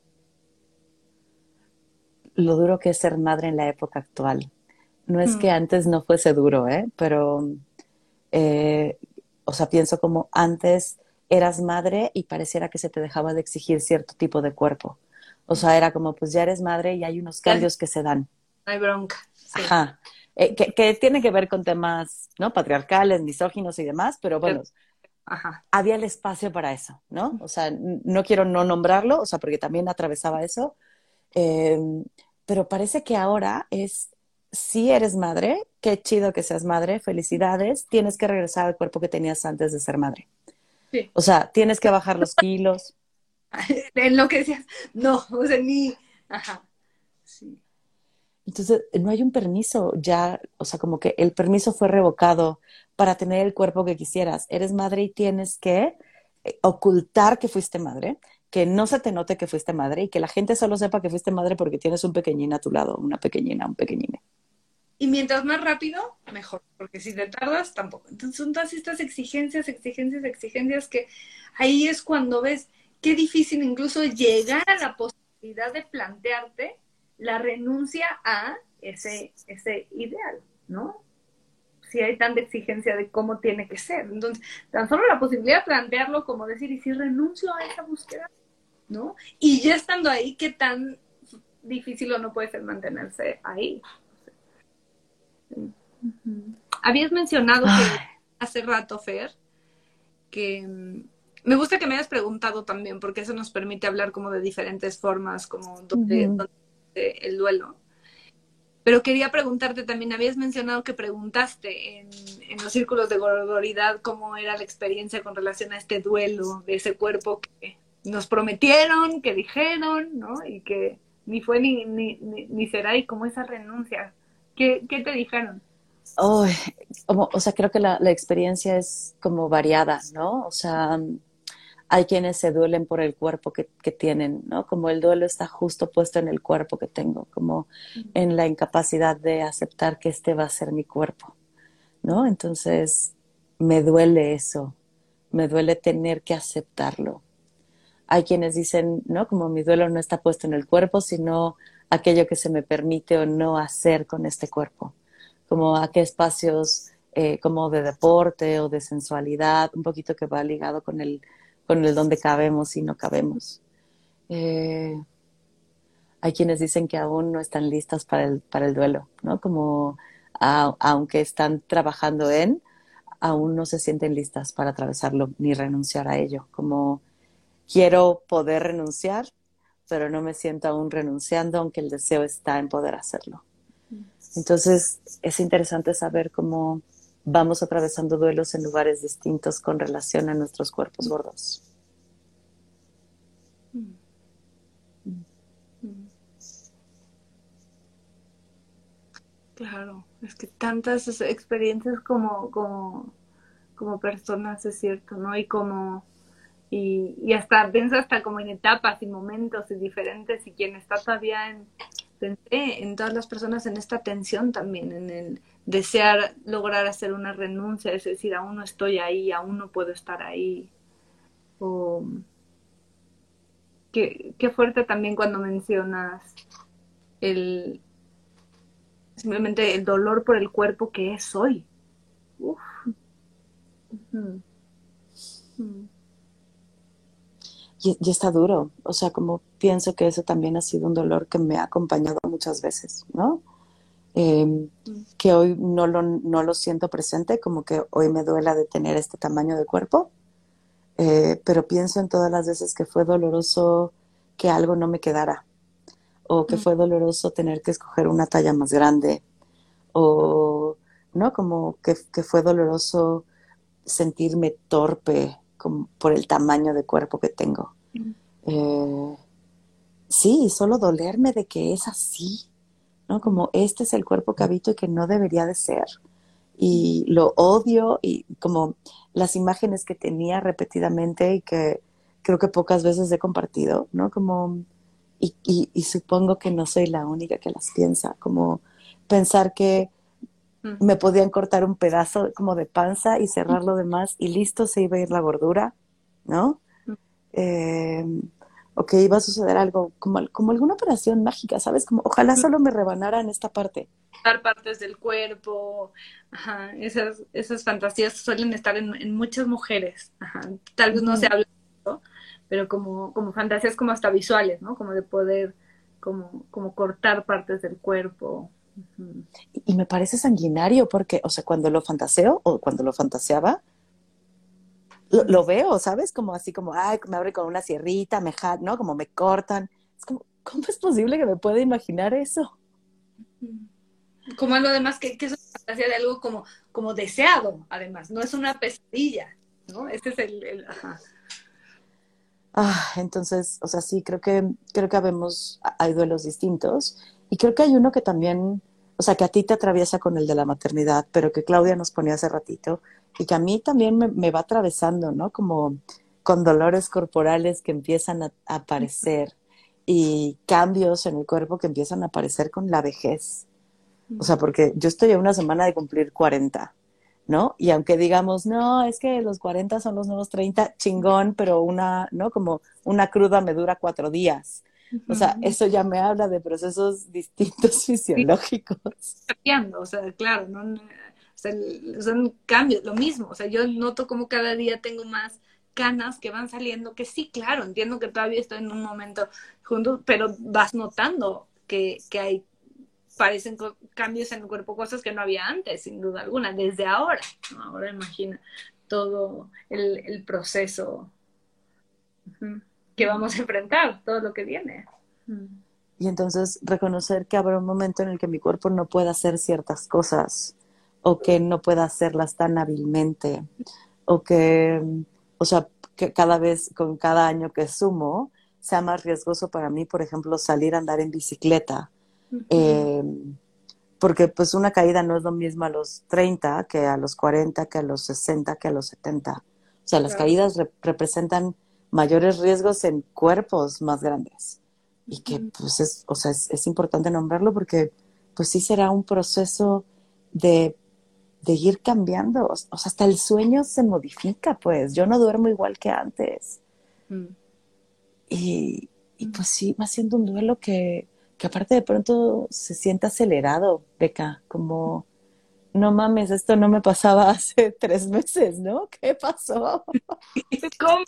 lo duro que es ser madre en la época actual. No es Mm, que antes no fuese duro, ¿eh? Pero, eh, o sea, pienso como antes eras madre y pareciera que se te dejaba de exigir cierto tipo de cuerpo. O sea, era como, pues ya eres madre y hay unos ya no cambios que se dan. hay bronca, sí. Ajá. Que tiene que ver con temas, ¿no? Patriarcales, misóginos y demás, pero bueno, Ajá. había el espacio para eso, ¿no? O sea, no quiero no nombrarlo, o sea, porque también atravesaba eso, eh, pero parece que ahora es, si eres madre, qué chido que seas madre, felicidades, tienes que regresar al cuerpo que tenías antes de ser madre. Sí. O sea, tienes que bajar los kilos. En lo que decías, no, o sea, ni, ajá, sí. Entonces, no hay un permiso ya, o sea, como que el permiso fue revocado para tener el cuerpo que quisieras. Eres madre y tienes que ocultar que fuiste madre, que no se te note que fuiste madre y que la gente solo sepa que fuiste madre porque tienes un pequeñín a tu lado, una pequeñina, un pequeñine. Y mientras más rápido, mejor, porque si te tardas, tampoco. Entonces son todas estas exigencias, exigencias, exigencias que ahí es cuando ves qué difícil incluso llegar a la posibilidad de plantearte la renuncia a ese ideal, ¿no? Si hay tanta exigencia de cómo tiene que ser. Entonces, tan solo la posibilidad de plantearlo como decir, ¿y si renuncio a esa búsqueda? ¿no? Y ya estando ahí, ¿qué tan difícil o no puede ser mantenerse ahí? Habías mencionado que Ay, hace rato, Fer, que me gusta que me hayas preguntado también, porque eso nos permite hablar como de diferentes formas, como ujú. donde el duelo. Pero quería preguntarte también, habías mencionado que preguntaste en los círculos de gororidad cómo era la experiencia con relación a este duelo de ese cuerpo que nos prometieron, que dijeron, ¿no? Y que ni fue ni será, y como esa renuncia. ¿Qué te dijeron? Ay, o sea, creo que la experiencia es como variada, ¿no? O sea, hay quienes se duelen por el cuerpo que tienen, ¿no? Como el duelo está justo puesto en el cuerpo que tengo, como en la incapacidad de aceptar que este va a ser mi cuerpo, ¿no? Entonces, me duele eso, me duele tener que aceptarlo. Hay quienes dicen, ¿no? Como mi duelo no está puesto en el cuerpo, sino aquello que se me permite o no hacer con este cuerpo, como a qué espacios como de deporte o de sensualidad, un poquito que va ligado con el dónde cabemos y no cabemos. Eh, Hay quienes dicen que aún no están listas para el duelo, ¿no? Como aunque están trabajando aún no se sienten listas para atravesarlo ni renunciar a ello, como quiero poder renunciar, pero no me siento aún renunciando, aunque el deseo está en poder hacerlo. Entonces, es interesante saber cómo vamos atravesando duelos en lugares distintos con relación a nuestros cuerpos gordos. Claro, es que tantas experiencias como personas, es cierto, ¿no? Y hasta pienso hasta como en etapas y momentos y diferentes, y quien está todavía pensé en todas las personas en esta tensión también, en el desear lograr hacer una renuncia, es decir, aún no estoy ahí, aún no puedo estar ahí. O qué fuerte también cuando mencionas el simplemente el dolor por el cuerpo que es hoy. Uf. Mm, mm, Y está duro, o sea, como pienso que eso también ha sido un dolor que me ha acompañado muchas veces, ¿no? mm, Que hoy no lo siento presente, como que hoy me duela de tener este tamaño de cuerpo, pero pienso en todas las veces que fue doloroso que algo no me quedara, o que mm, fue doloroso tener que escoger una talla más grande, o, ¿no? Como que fue doloroso sentirme torpe como por el tamaño de cuerpo que tengo. mm, Eh, sí, solo dolerme de que es así, ¿no? mm, Como este es el cuerpo que habito y que no debería de ser. mm, Y lo odio y como las imágenes que tenía repetidamente y que creo que pocas veces he compartido, ¿no? Como, y supongo que no soy la única que las piensa, como pensar que mm, me podían cortar un pedazo como de panza y cerrar lo demás y listo, se iba a ir la gordura, ¿no? mm. Eh, o que iba a suceder algo como alguna operación mágica, ¿sabes? Como ojalá solo me rebanaran esta parte. Dar partes del cuerpo, ajá, esas fantasías suelen estar en muchas mujeres, ajá, tal vez no se Ujú. habla, ¿no? Pero como fantasías como hasta visuales, ¿no? Como de poder, como cortar partes del cuerpo. Ujú. Y me parece sanguinario porque, o sea, cuando lo fantaseo o cuando lo fantaseaba, lo veo, ¿sabes? Como así como, ay, me abre con una sierrita, ¿no? Como me cortan. Es como, ¿cómo es posible que me pueda imaginar eso? Como algo además que es una fantasía de algo como deseado, además, no es una pesadilla, ¿no? Este es ajá. Entonces, o sea, sí, creo que habemos, hay duelos distintos y creo que hay uno que también, o sea, que a ti te atraviesa con el de la maternidad, pero que Claudia nos ponía hace ratito y que a mí también me va atravesando, ¿no? Como con dolores corporales que empiezan a aparecer y cambios en el cuerpo que empiezan a aparecer con la vejez. O sea, porque yo estoy a una semana de cumplir 40, ¿no? Y aunque digamos, no, es que los 40 son los nuevos 30, chingón, pero ¿no? Como una cruda me dura 4 días. O sea, Ujú. eso ya me habla de procesos distintos fisiológicos. Cambiando, o sea, claro, ¿no? O sea, son cambios, lo mismo, o sea, yo noto como cada día tengo más canas que van saliendo, que sí, claro, entiendo que todavía estoy en un momento juntos, pero vas notando que hay, parecen cambios en el cuerpo, cosas que no había antes, sin duda alguna, desde ahora, ¿no? Ahora imagina todo el proceso que vamos a enfrentar, todo lo que viene. Y entonces reconocer que habrá un momento en el que mi cuerpo no pueda hacer ciertas cosas o que no pueda hacerlas tan hábilmente o que, o sea, que cada vez, con cada año que sumo, sea más riesgoso para mí, por ejemplo, salir a andar en bicicleta. Eh, Porque pues una caída no es lo mismo a los 30 que a los 40, que a los 60, que a los 70. O sea, las Claro. caídas representan mayores riesgos en cuerpos más grandes. Y que pues es, o sea, es importante nombrarlo porque pues sí será un proceso de, de ir cambiando. O sea, hasta el sueño se modifica, pues. Yo no duermo igual que antes. Y pues sí, va siendo un duelo que aparte de pronto se siente acelerado, Beca, como, no mames, esto no me pasaba hace 3 meses, ¿no? ¿Qué pasó? ¿Cómo?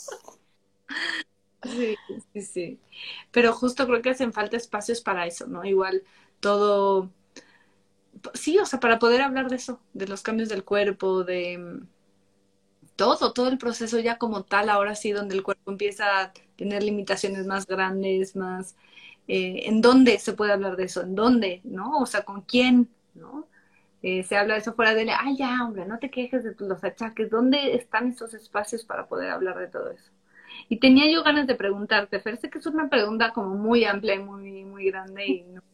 Sí, sí, sí. Pero justo creo que hacen falta espacios para eso, ¿no? Igual todo, sí, o sea, para poder hablar de eso, de los cambios del cuerpo, de todo el proceso ya como tal, ahora sí, donde el cuerpo empieza a tener limitaciones más grandes, más, ¿en dónde se puede hablar de eso? ¿En dónde? ¿No? O sea, ¿con quién? ¿No? Se habla de eso fuera de, ay, ya, hombre, no te quejes de los achaques. ¿Dónde están esos espacios para poder hablar de todo eso? Y tenía yo ganas de preguntarte, Fer, sé que es una pregunta como muy amplia y muy, muy grande, y no,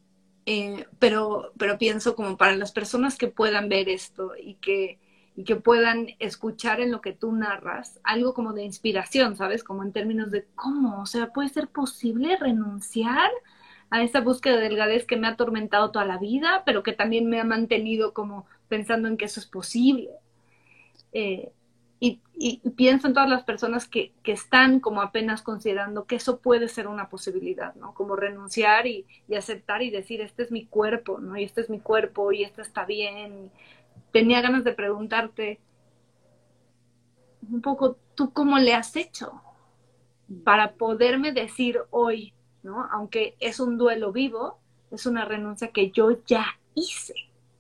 pero pienso como para las personas que puedan ver esto y que puedan escuchar en lo que tú narras, algo como de inspiración, ¿sabes? Como en términos de cómo, o sea, ¿puede ser posible renunciar a esa búsqueda de delgadez que me ha atormentado toda la vida, pero que también me ha mantenido como pensando en que eso es posible? Eh, y pienso en todas las personas que están como apenas considerando que eso puede ser una posibilidad, ¿no? Como renunciar y aceptar y decir, este es mi cuerpo, ¿no? Y este es mi cuerpo y esto está bien. Tenía ganas de preguntarte un poco, ¿tú cómo le has hecho para poderme decir hoy, ¿no? Aunque es un duelo vivo, es una renuncia que yo ya hice.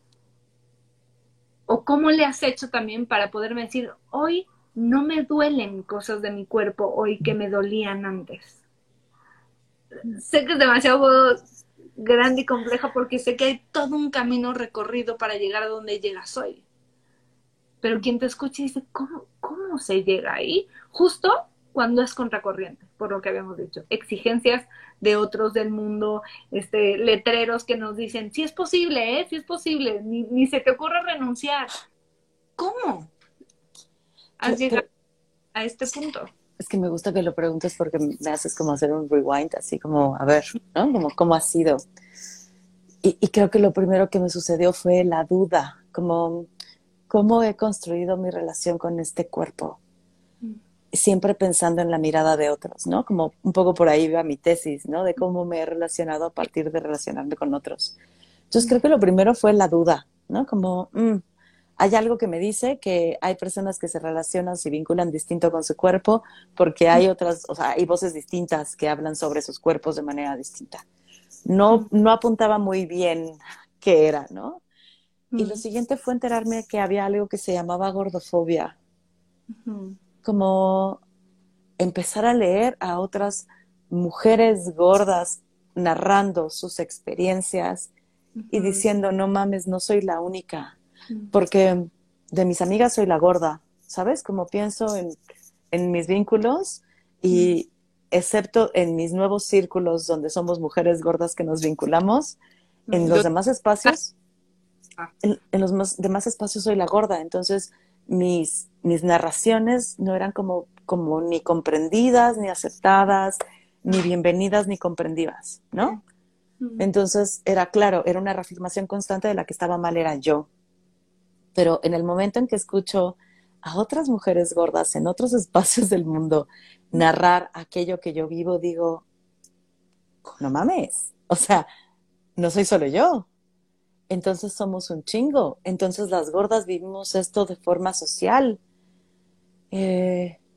¿O cómo le has hecho también para poderme decir, hoy no me duelen cosas de mi cuerpo hoy que me dolían antes? Sé que es demasiado grande y complejo porque sé que hay todo un camino recorrido para llegar a donde llegas hoy. Pero quien te escucha dice, ¿cómo se llega ahí? Justo cuando es contracorriente, por lo que habíamos dicho. Exigencias de otros del mundo, letreros que nos dicen, sí es posible, sí es posible, ni se te ocurra renunciar. ¿Cómo has llegado a este punto? Es que me gusta que lo preguntes porque me haces como hacer un rewind, así como, a ver, ¿no? Como cómo ha sido. Y creo que lo primero que me sucedió fue la duda, como cómo he construido mi relación con este cuerpo, siempre pensando en la mirada de otros, ¿no? Como un poco por ahí va mi tesis, ¿no? De cómo me he relacionado a partir de relacionarme con otros. Entonces creo que lo primero fue la duda, ¿no? Como, hay algo que me dice que hay personas que se relacionan, se vinculan distinto con su cuerpo, porque hay otras, o sea, hay voces distintas que hablan sobre sus cuerpos de manera distinta. No apuntaba muy bien qué era, ¿no? Y lo siguiente fue enterarme que había algo que se llamaba gordofobia, como empezar a leer a otras mujeres gordas narrando sus experiencias y diciendo, no mames, no soy la única, porque de mis amigas soy la gorda, ¿sabes? Como pienso en mis vínculos y excepto en mis nuevos círculos donde somos mujeres gordas que nos vinculamos, en los demás espacios, en los demás espacios soy la gorda, entonces mis narraciones no eran como ni comprendidas, ni aceptadas, ni bienvenidas, ni comprendidas, ¿no? Entonces era claro, era una reafirmación constante de la que estaba mal era yo. Pero en el momento en que escucho a otras mujeres gordas en otros espacios del mundo narrar aquello que yo vivo, digo, no mames, o sea, no soy solo yo. Entonces somos un chingo. Entonces las gordas vivimos esto de forma social.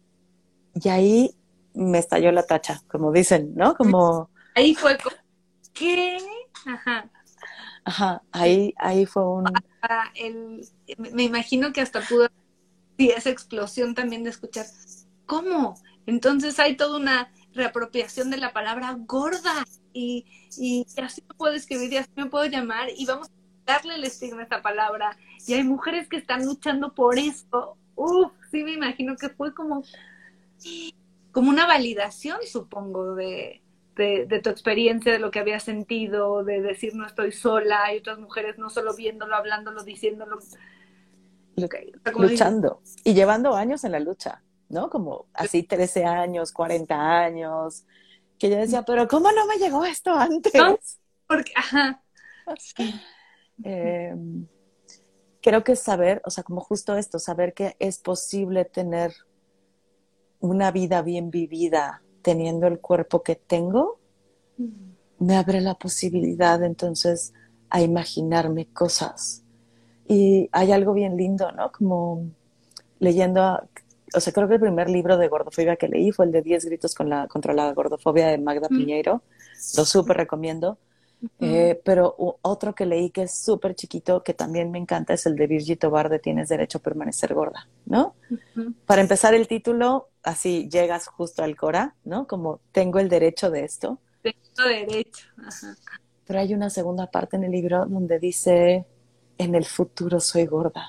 Y ahí me estalló la tacha, como dicen, ¿no? Como, Ahí fue como, ¿qué? Ajá. ajá, Sí. ahí fue un, Me imagino que hasta pudo, sí, esa explosión también de escuchar, ¿cómo? Entonces hay toda una reapropiación de la palabra gorda y así me puedo escribir y así me puedo llamar y vamos a darle el estigma a esta palabra. Y hay mujeres que están luchando por eso. Uf, sí me imagino que fue como una validación, supongo, de tu experiencia, de lo que había sentido, de decir no estoy sola, hay otras mujeres no solo viéndolo, hablándolo, diciéndolo. Okay. O sea, como dices, luchando y llevando años en la lucha, ¿no? Como así 13 años, 40 años, que yo decía, pero ¿cómo no me llegó esto no, antes? porque, ajá, sí. Eh, creo que saber, o sea, como justo esto, saber que es posible tener una vida bien vivida teniendo el cuerpo que tengo, me abre la posibilidad entonces a imaginarme cosas. Y hay algo bien lindo, ¿no? Como leyendo, o sea, creo que el primer libro de gordofobia que leí fue el de 10 gritos contra la gordofobia de Magda Piñeiro. Lo súper recomiendo. Pero otro que leí que es súper chiquito, que también me encanta, es el de Virgil Tobar de Tienes derecho a permanecer gorda, ¿no? Para empezar el título, así llegas justo al Cora, ¿no? Como tengo el derecho de esto. Tengo derecho. Ajá. Pero hay una segunda parte en el libro donde dice, en el futuro soy gorda,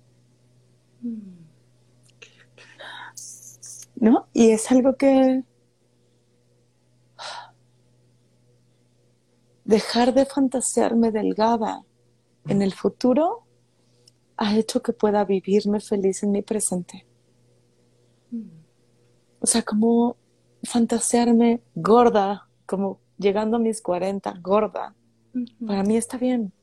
¿no? Y es algo que dejar de fantasearme delgada en el futuro ha hecho que pueda vivirme feliz en mi presente. O sea, como fantasearme gorda, como llegando a mis 40, gorda, para mí está bien.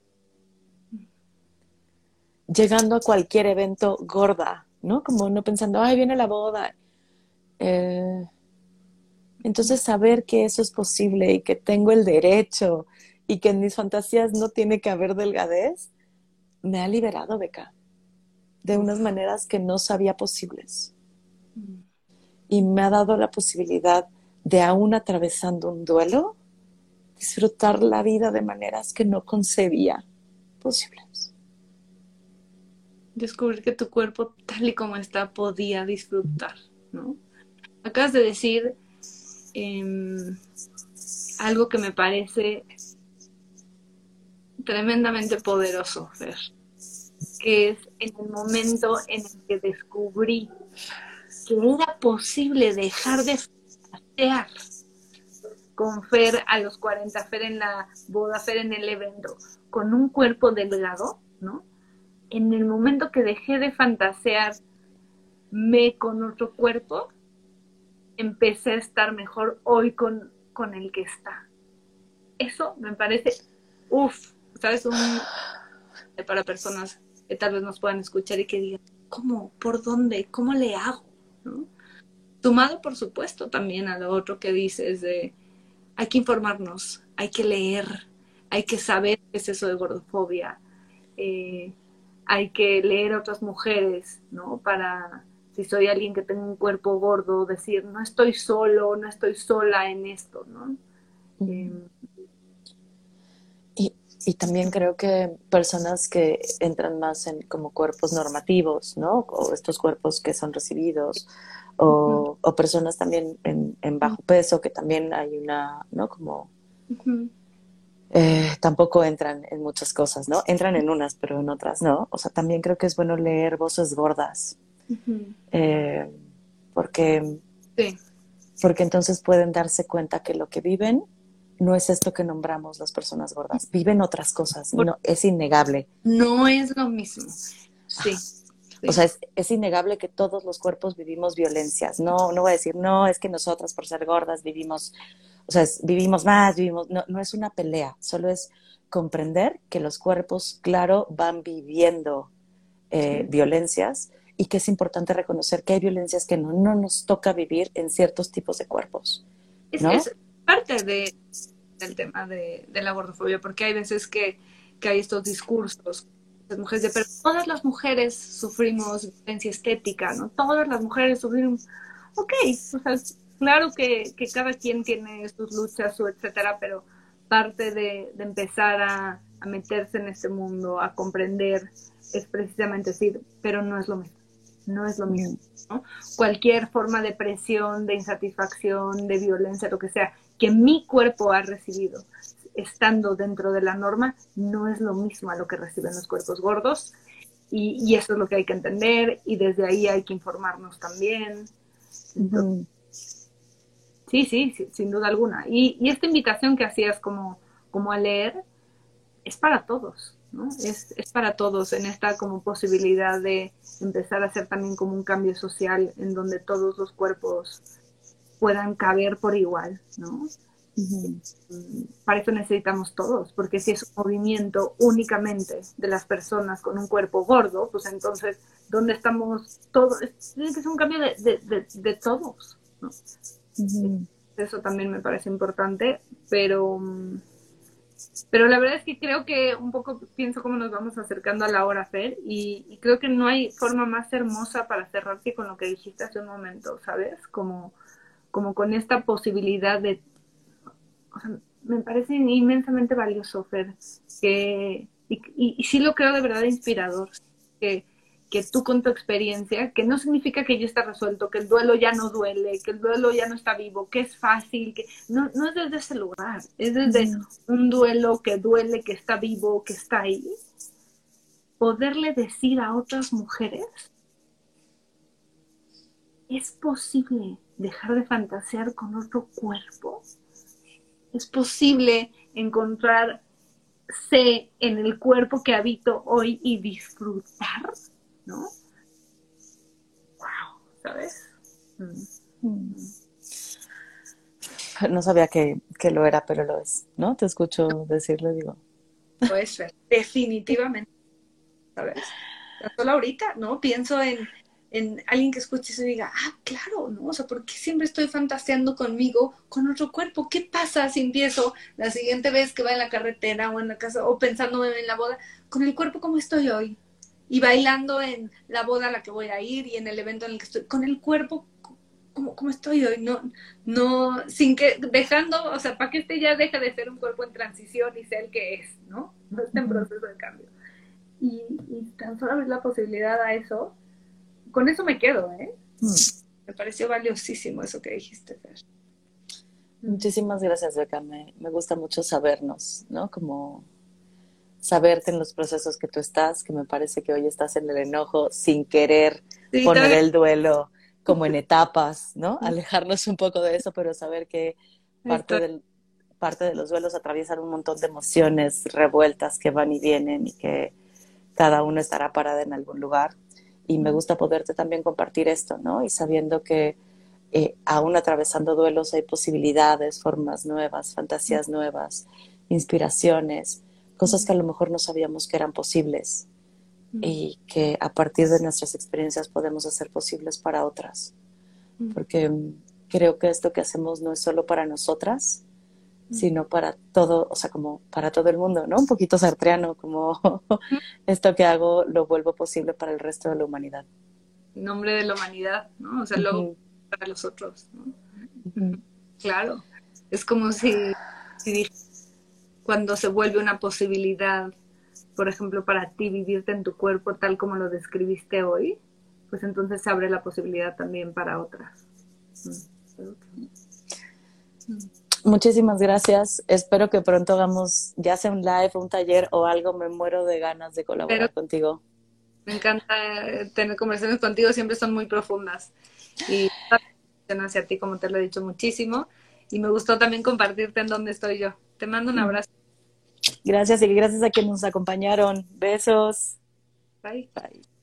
Llegando a cualquier evento gorda, ¿no? Como no pensando, ay, viene la boda. Eh, entonces, saber que eso es posible y que tengo el derecho y que en mis fantasías no tiene que haber delgadez, me ha liberado, Beca, de unas Uf. maneras que no sabía posibles. Y me ha dado la posibilidad de, aún atravesando un duelo, disfrutar la vida de maneras que no concebía posibles. Descubrir que tu cuerpo, tal y como está, podía disfrutar, ¿no? Acabas de decir eh, algo que me parece tremendamente poderoso, Fer, que es en el momento en el que descubrí que era posible dejar de fantasear con Fer a los 40, Fer en la boda, Fer en el evento, con un cuerpo delgado, ¿no? En el momento que dejé de fantasearme con otro cuerpo, empecé a estar mejor hoy con el que está. Eso me parece, uff, ¿sabes? Para personas que tal vez nos puedan escuchar y que digan, ¿cómo? ¿Por dónde? ¿Cómo le hago? ¿No? Sumado, por supuesto, también a lo otro que dices de hay que informarnos, hay que leer, hay que saber qué es eso de gordofobia, eh, hay que leer a otras mujeres, ¿no? Para, si soy alguien que tenga un cuerpo gordo, decir, no estoy solo, no estoy sola en esto, ¿no? Eh, Y, y también creo que personas que entran más en como cuerpos normativos, ¿no? O estos cuerpos que son recibidos, uh-huh, o personas también en bajo peso, que también hay una, ¿no? Como uh-huh, tampoco entran en muchas cosas, ¿no? Entran en unas, pero en otras no. O sea, también creo que es bueno leer voces gordas, uh-huh. eh, porque, Sí, porque entonces pueden darse cuenta que lo que viven no es esto que nombramos las personas gordas, viven otras cosas, no, es innegable. no es lo mismo. Sí, O sea, sí. es innegable que todos los cuerpos vivimos violencias. No, no voy a decir, no, es que nosotras por ser gordas vivimos, o sea, vivimos más, vivimos, no, no es una pelea, solo es comprender que los cuerpos, claro, van viviendo Sí. violencias y que es importante reconocer que hay violencias que no nos toca vivir en ciertos tipos de cuerpos, ¿no? Es parte del tema de la gordofobia, porque hay veces que hay estos discursos, las mujeres pero todas las mujeres sufrimos violencia estética, ¿no? Todas las mujeres sufrimos, ok, o sea, claro que cada quien tiene sus luchas, su etcétera, pero parte de empezar a meterse en este mundo, a comprender, es precisamente decir, pero no es lo mismo, no es lo mismo, ¿no? Cualquier forma de presión, de insatisfacción, de violencia, lo que sea, que mi cuerpo ha recibido estando dentro de la norma, no es lo mismo a lo que reciben los cuerpos gordos, y eso es lo que hay que entender, y desde ahí hay que informarnos también. Entonces, sí, sin duda alguna. Y esta invitación que hacías como a leer es para todos, ¿no? Es para todos en esta como posibilidad de empezar a hacer también como un cambio social en donde todos los cuerpos puedan caber por igual, ¿no? Para eso necesitamos todos, porque si es un movimiento únicamente de las personas con un cuerpo gordo, pues entonces, ¿dónde estamos todos? Tiene que ser un cambio de todos, ¿no? Eso también me parece importante, pero la verdad es que creo que un poco pienso cómo nos vamos acercando a la hora, Fer, y creo que no hay forma más hermosa para cerrar que con lo que dijiste hace un momento, ¿sabes? Como con esta posibilidad de, o sea, me parece inmensamente valioso, Fer, y sí lo creo de verdad inspirador, que, que tú con tu experiencia, que no significa que ya está resuelto, que el duelo ya no duele, que el duelo ya no está vivo, que es fácil, que no es desde ese lugar, es desde un duelo que duele, que está vivo, que está ahí. Poderle decir a otras mujeres, es posible dejar de fantasear con otro cuerpo, es posible encontrarse en el cuerpo que habito hoy y disfrutar, ¿no? Wow, ¿sabes? No sabía que lo era, pero lo es, ¿no? Te escucho decirlo y digo. Puede ser, definitivamente, ¿sabes? Solo ahorita, ¿no? Pienso en alguien que escuche eso y diga, ah, claro, ¿no? O sea, ¿por qué siempre estoy fantaseando conmigo con otro cuerpo? ¿Qué pasa si empiezo la siguiente vez que va en la carretera o en la casa o pensándome en la boda con el cuerpo como estoy hoy? Y bailando en la boda a la que voy a ir y en el evento en el que estoy, con el cuerpo como estoy hoy, no, sin que, dejando, o sea, para que este ya deje de ser un cuerpo en transición y sea el que es, ¿no? No está en proceso de cambio. Y tan solo abrir la posibilidad a eso, con eso me quedo, ¿eh? Me pareció valiosísimo eso que dijiste, Fer. Muchísimas gracias, Beca. Me gusta mucho sabernos, ¿no? Como saberte en los procesos que tú estás, que me parece que hoy estás en el enojo sin querer Sí, poner también. el duelo como en etapas, ¿no? Alejarnos un poco de eso, pero saber que parte Estoy, del, parte de los duelos atraviesan un montón de emociones revueltas que van y vienen y que cada uno estará parada en algún lugar. Y me gusta poderte también compartir esto, ¿no? Y sabiendo que aún atravesando duelos hay posibilidades, formas nuevas, fantasías nuevas, inspiraciones, cosas que a lo mejor no sabíamos que eran posibles y que a partir de nuestras experiencias podemos hacer posibles para otras. Porque creo que esto que hacemos no es solo para nosotras, sino para todo, o sea, como para todo el mundo, ¿no? Un poquito sartreano, como esto que hago lo vuelvo posible para el resto de la humanidad. en nombre de la humanidad, ¿no? O sea, luego para los otros, ¿no? Claro. Es como si cuando se vuelve una posibilidad, por ejemplo, para ti vivirte en tu cuerpo tal como lo describiste hoy, pues entonces se abre la posibilidad también para otras. Muchísimas gracias. Espero que pronto hagamos ya sea un live, un taller o algo. Me muero de ganas de Pero colaborar contigo. me encanta tener conversaciones contigo, siempre son muy profundas. Y hacia ti, como te lo he dicho muchísimo. Y me gustó también compartirte en dónde estoy yo. Te mando un abrazo. Gracias y gracias a quienes nos acompañaron. Besos. Bye. Bye.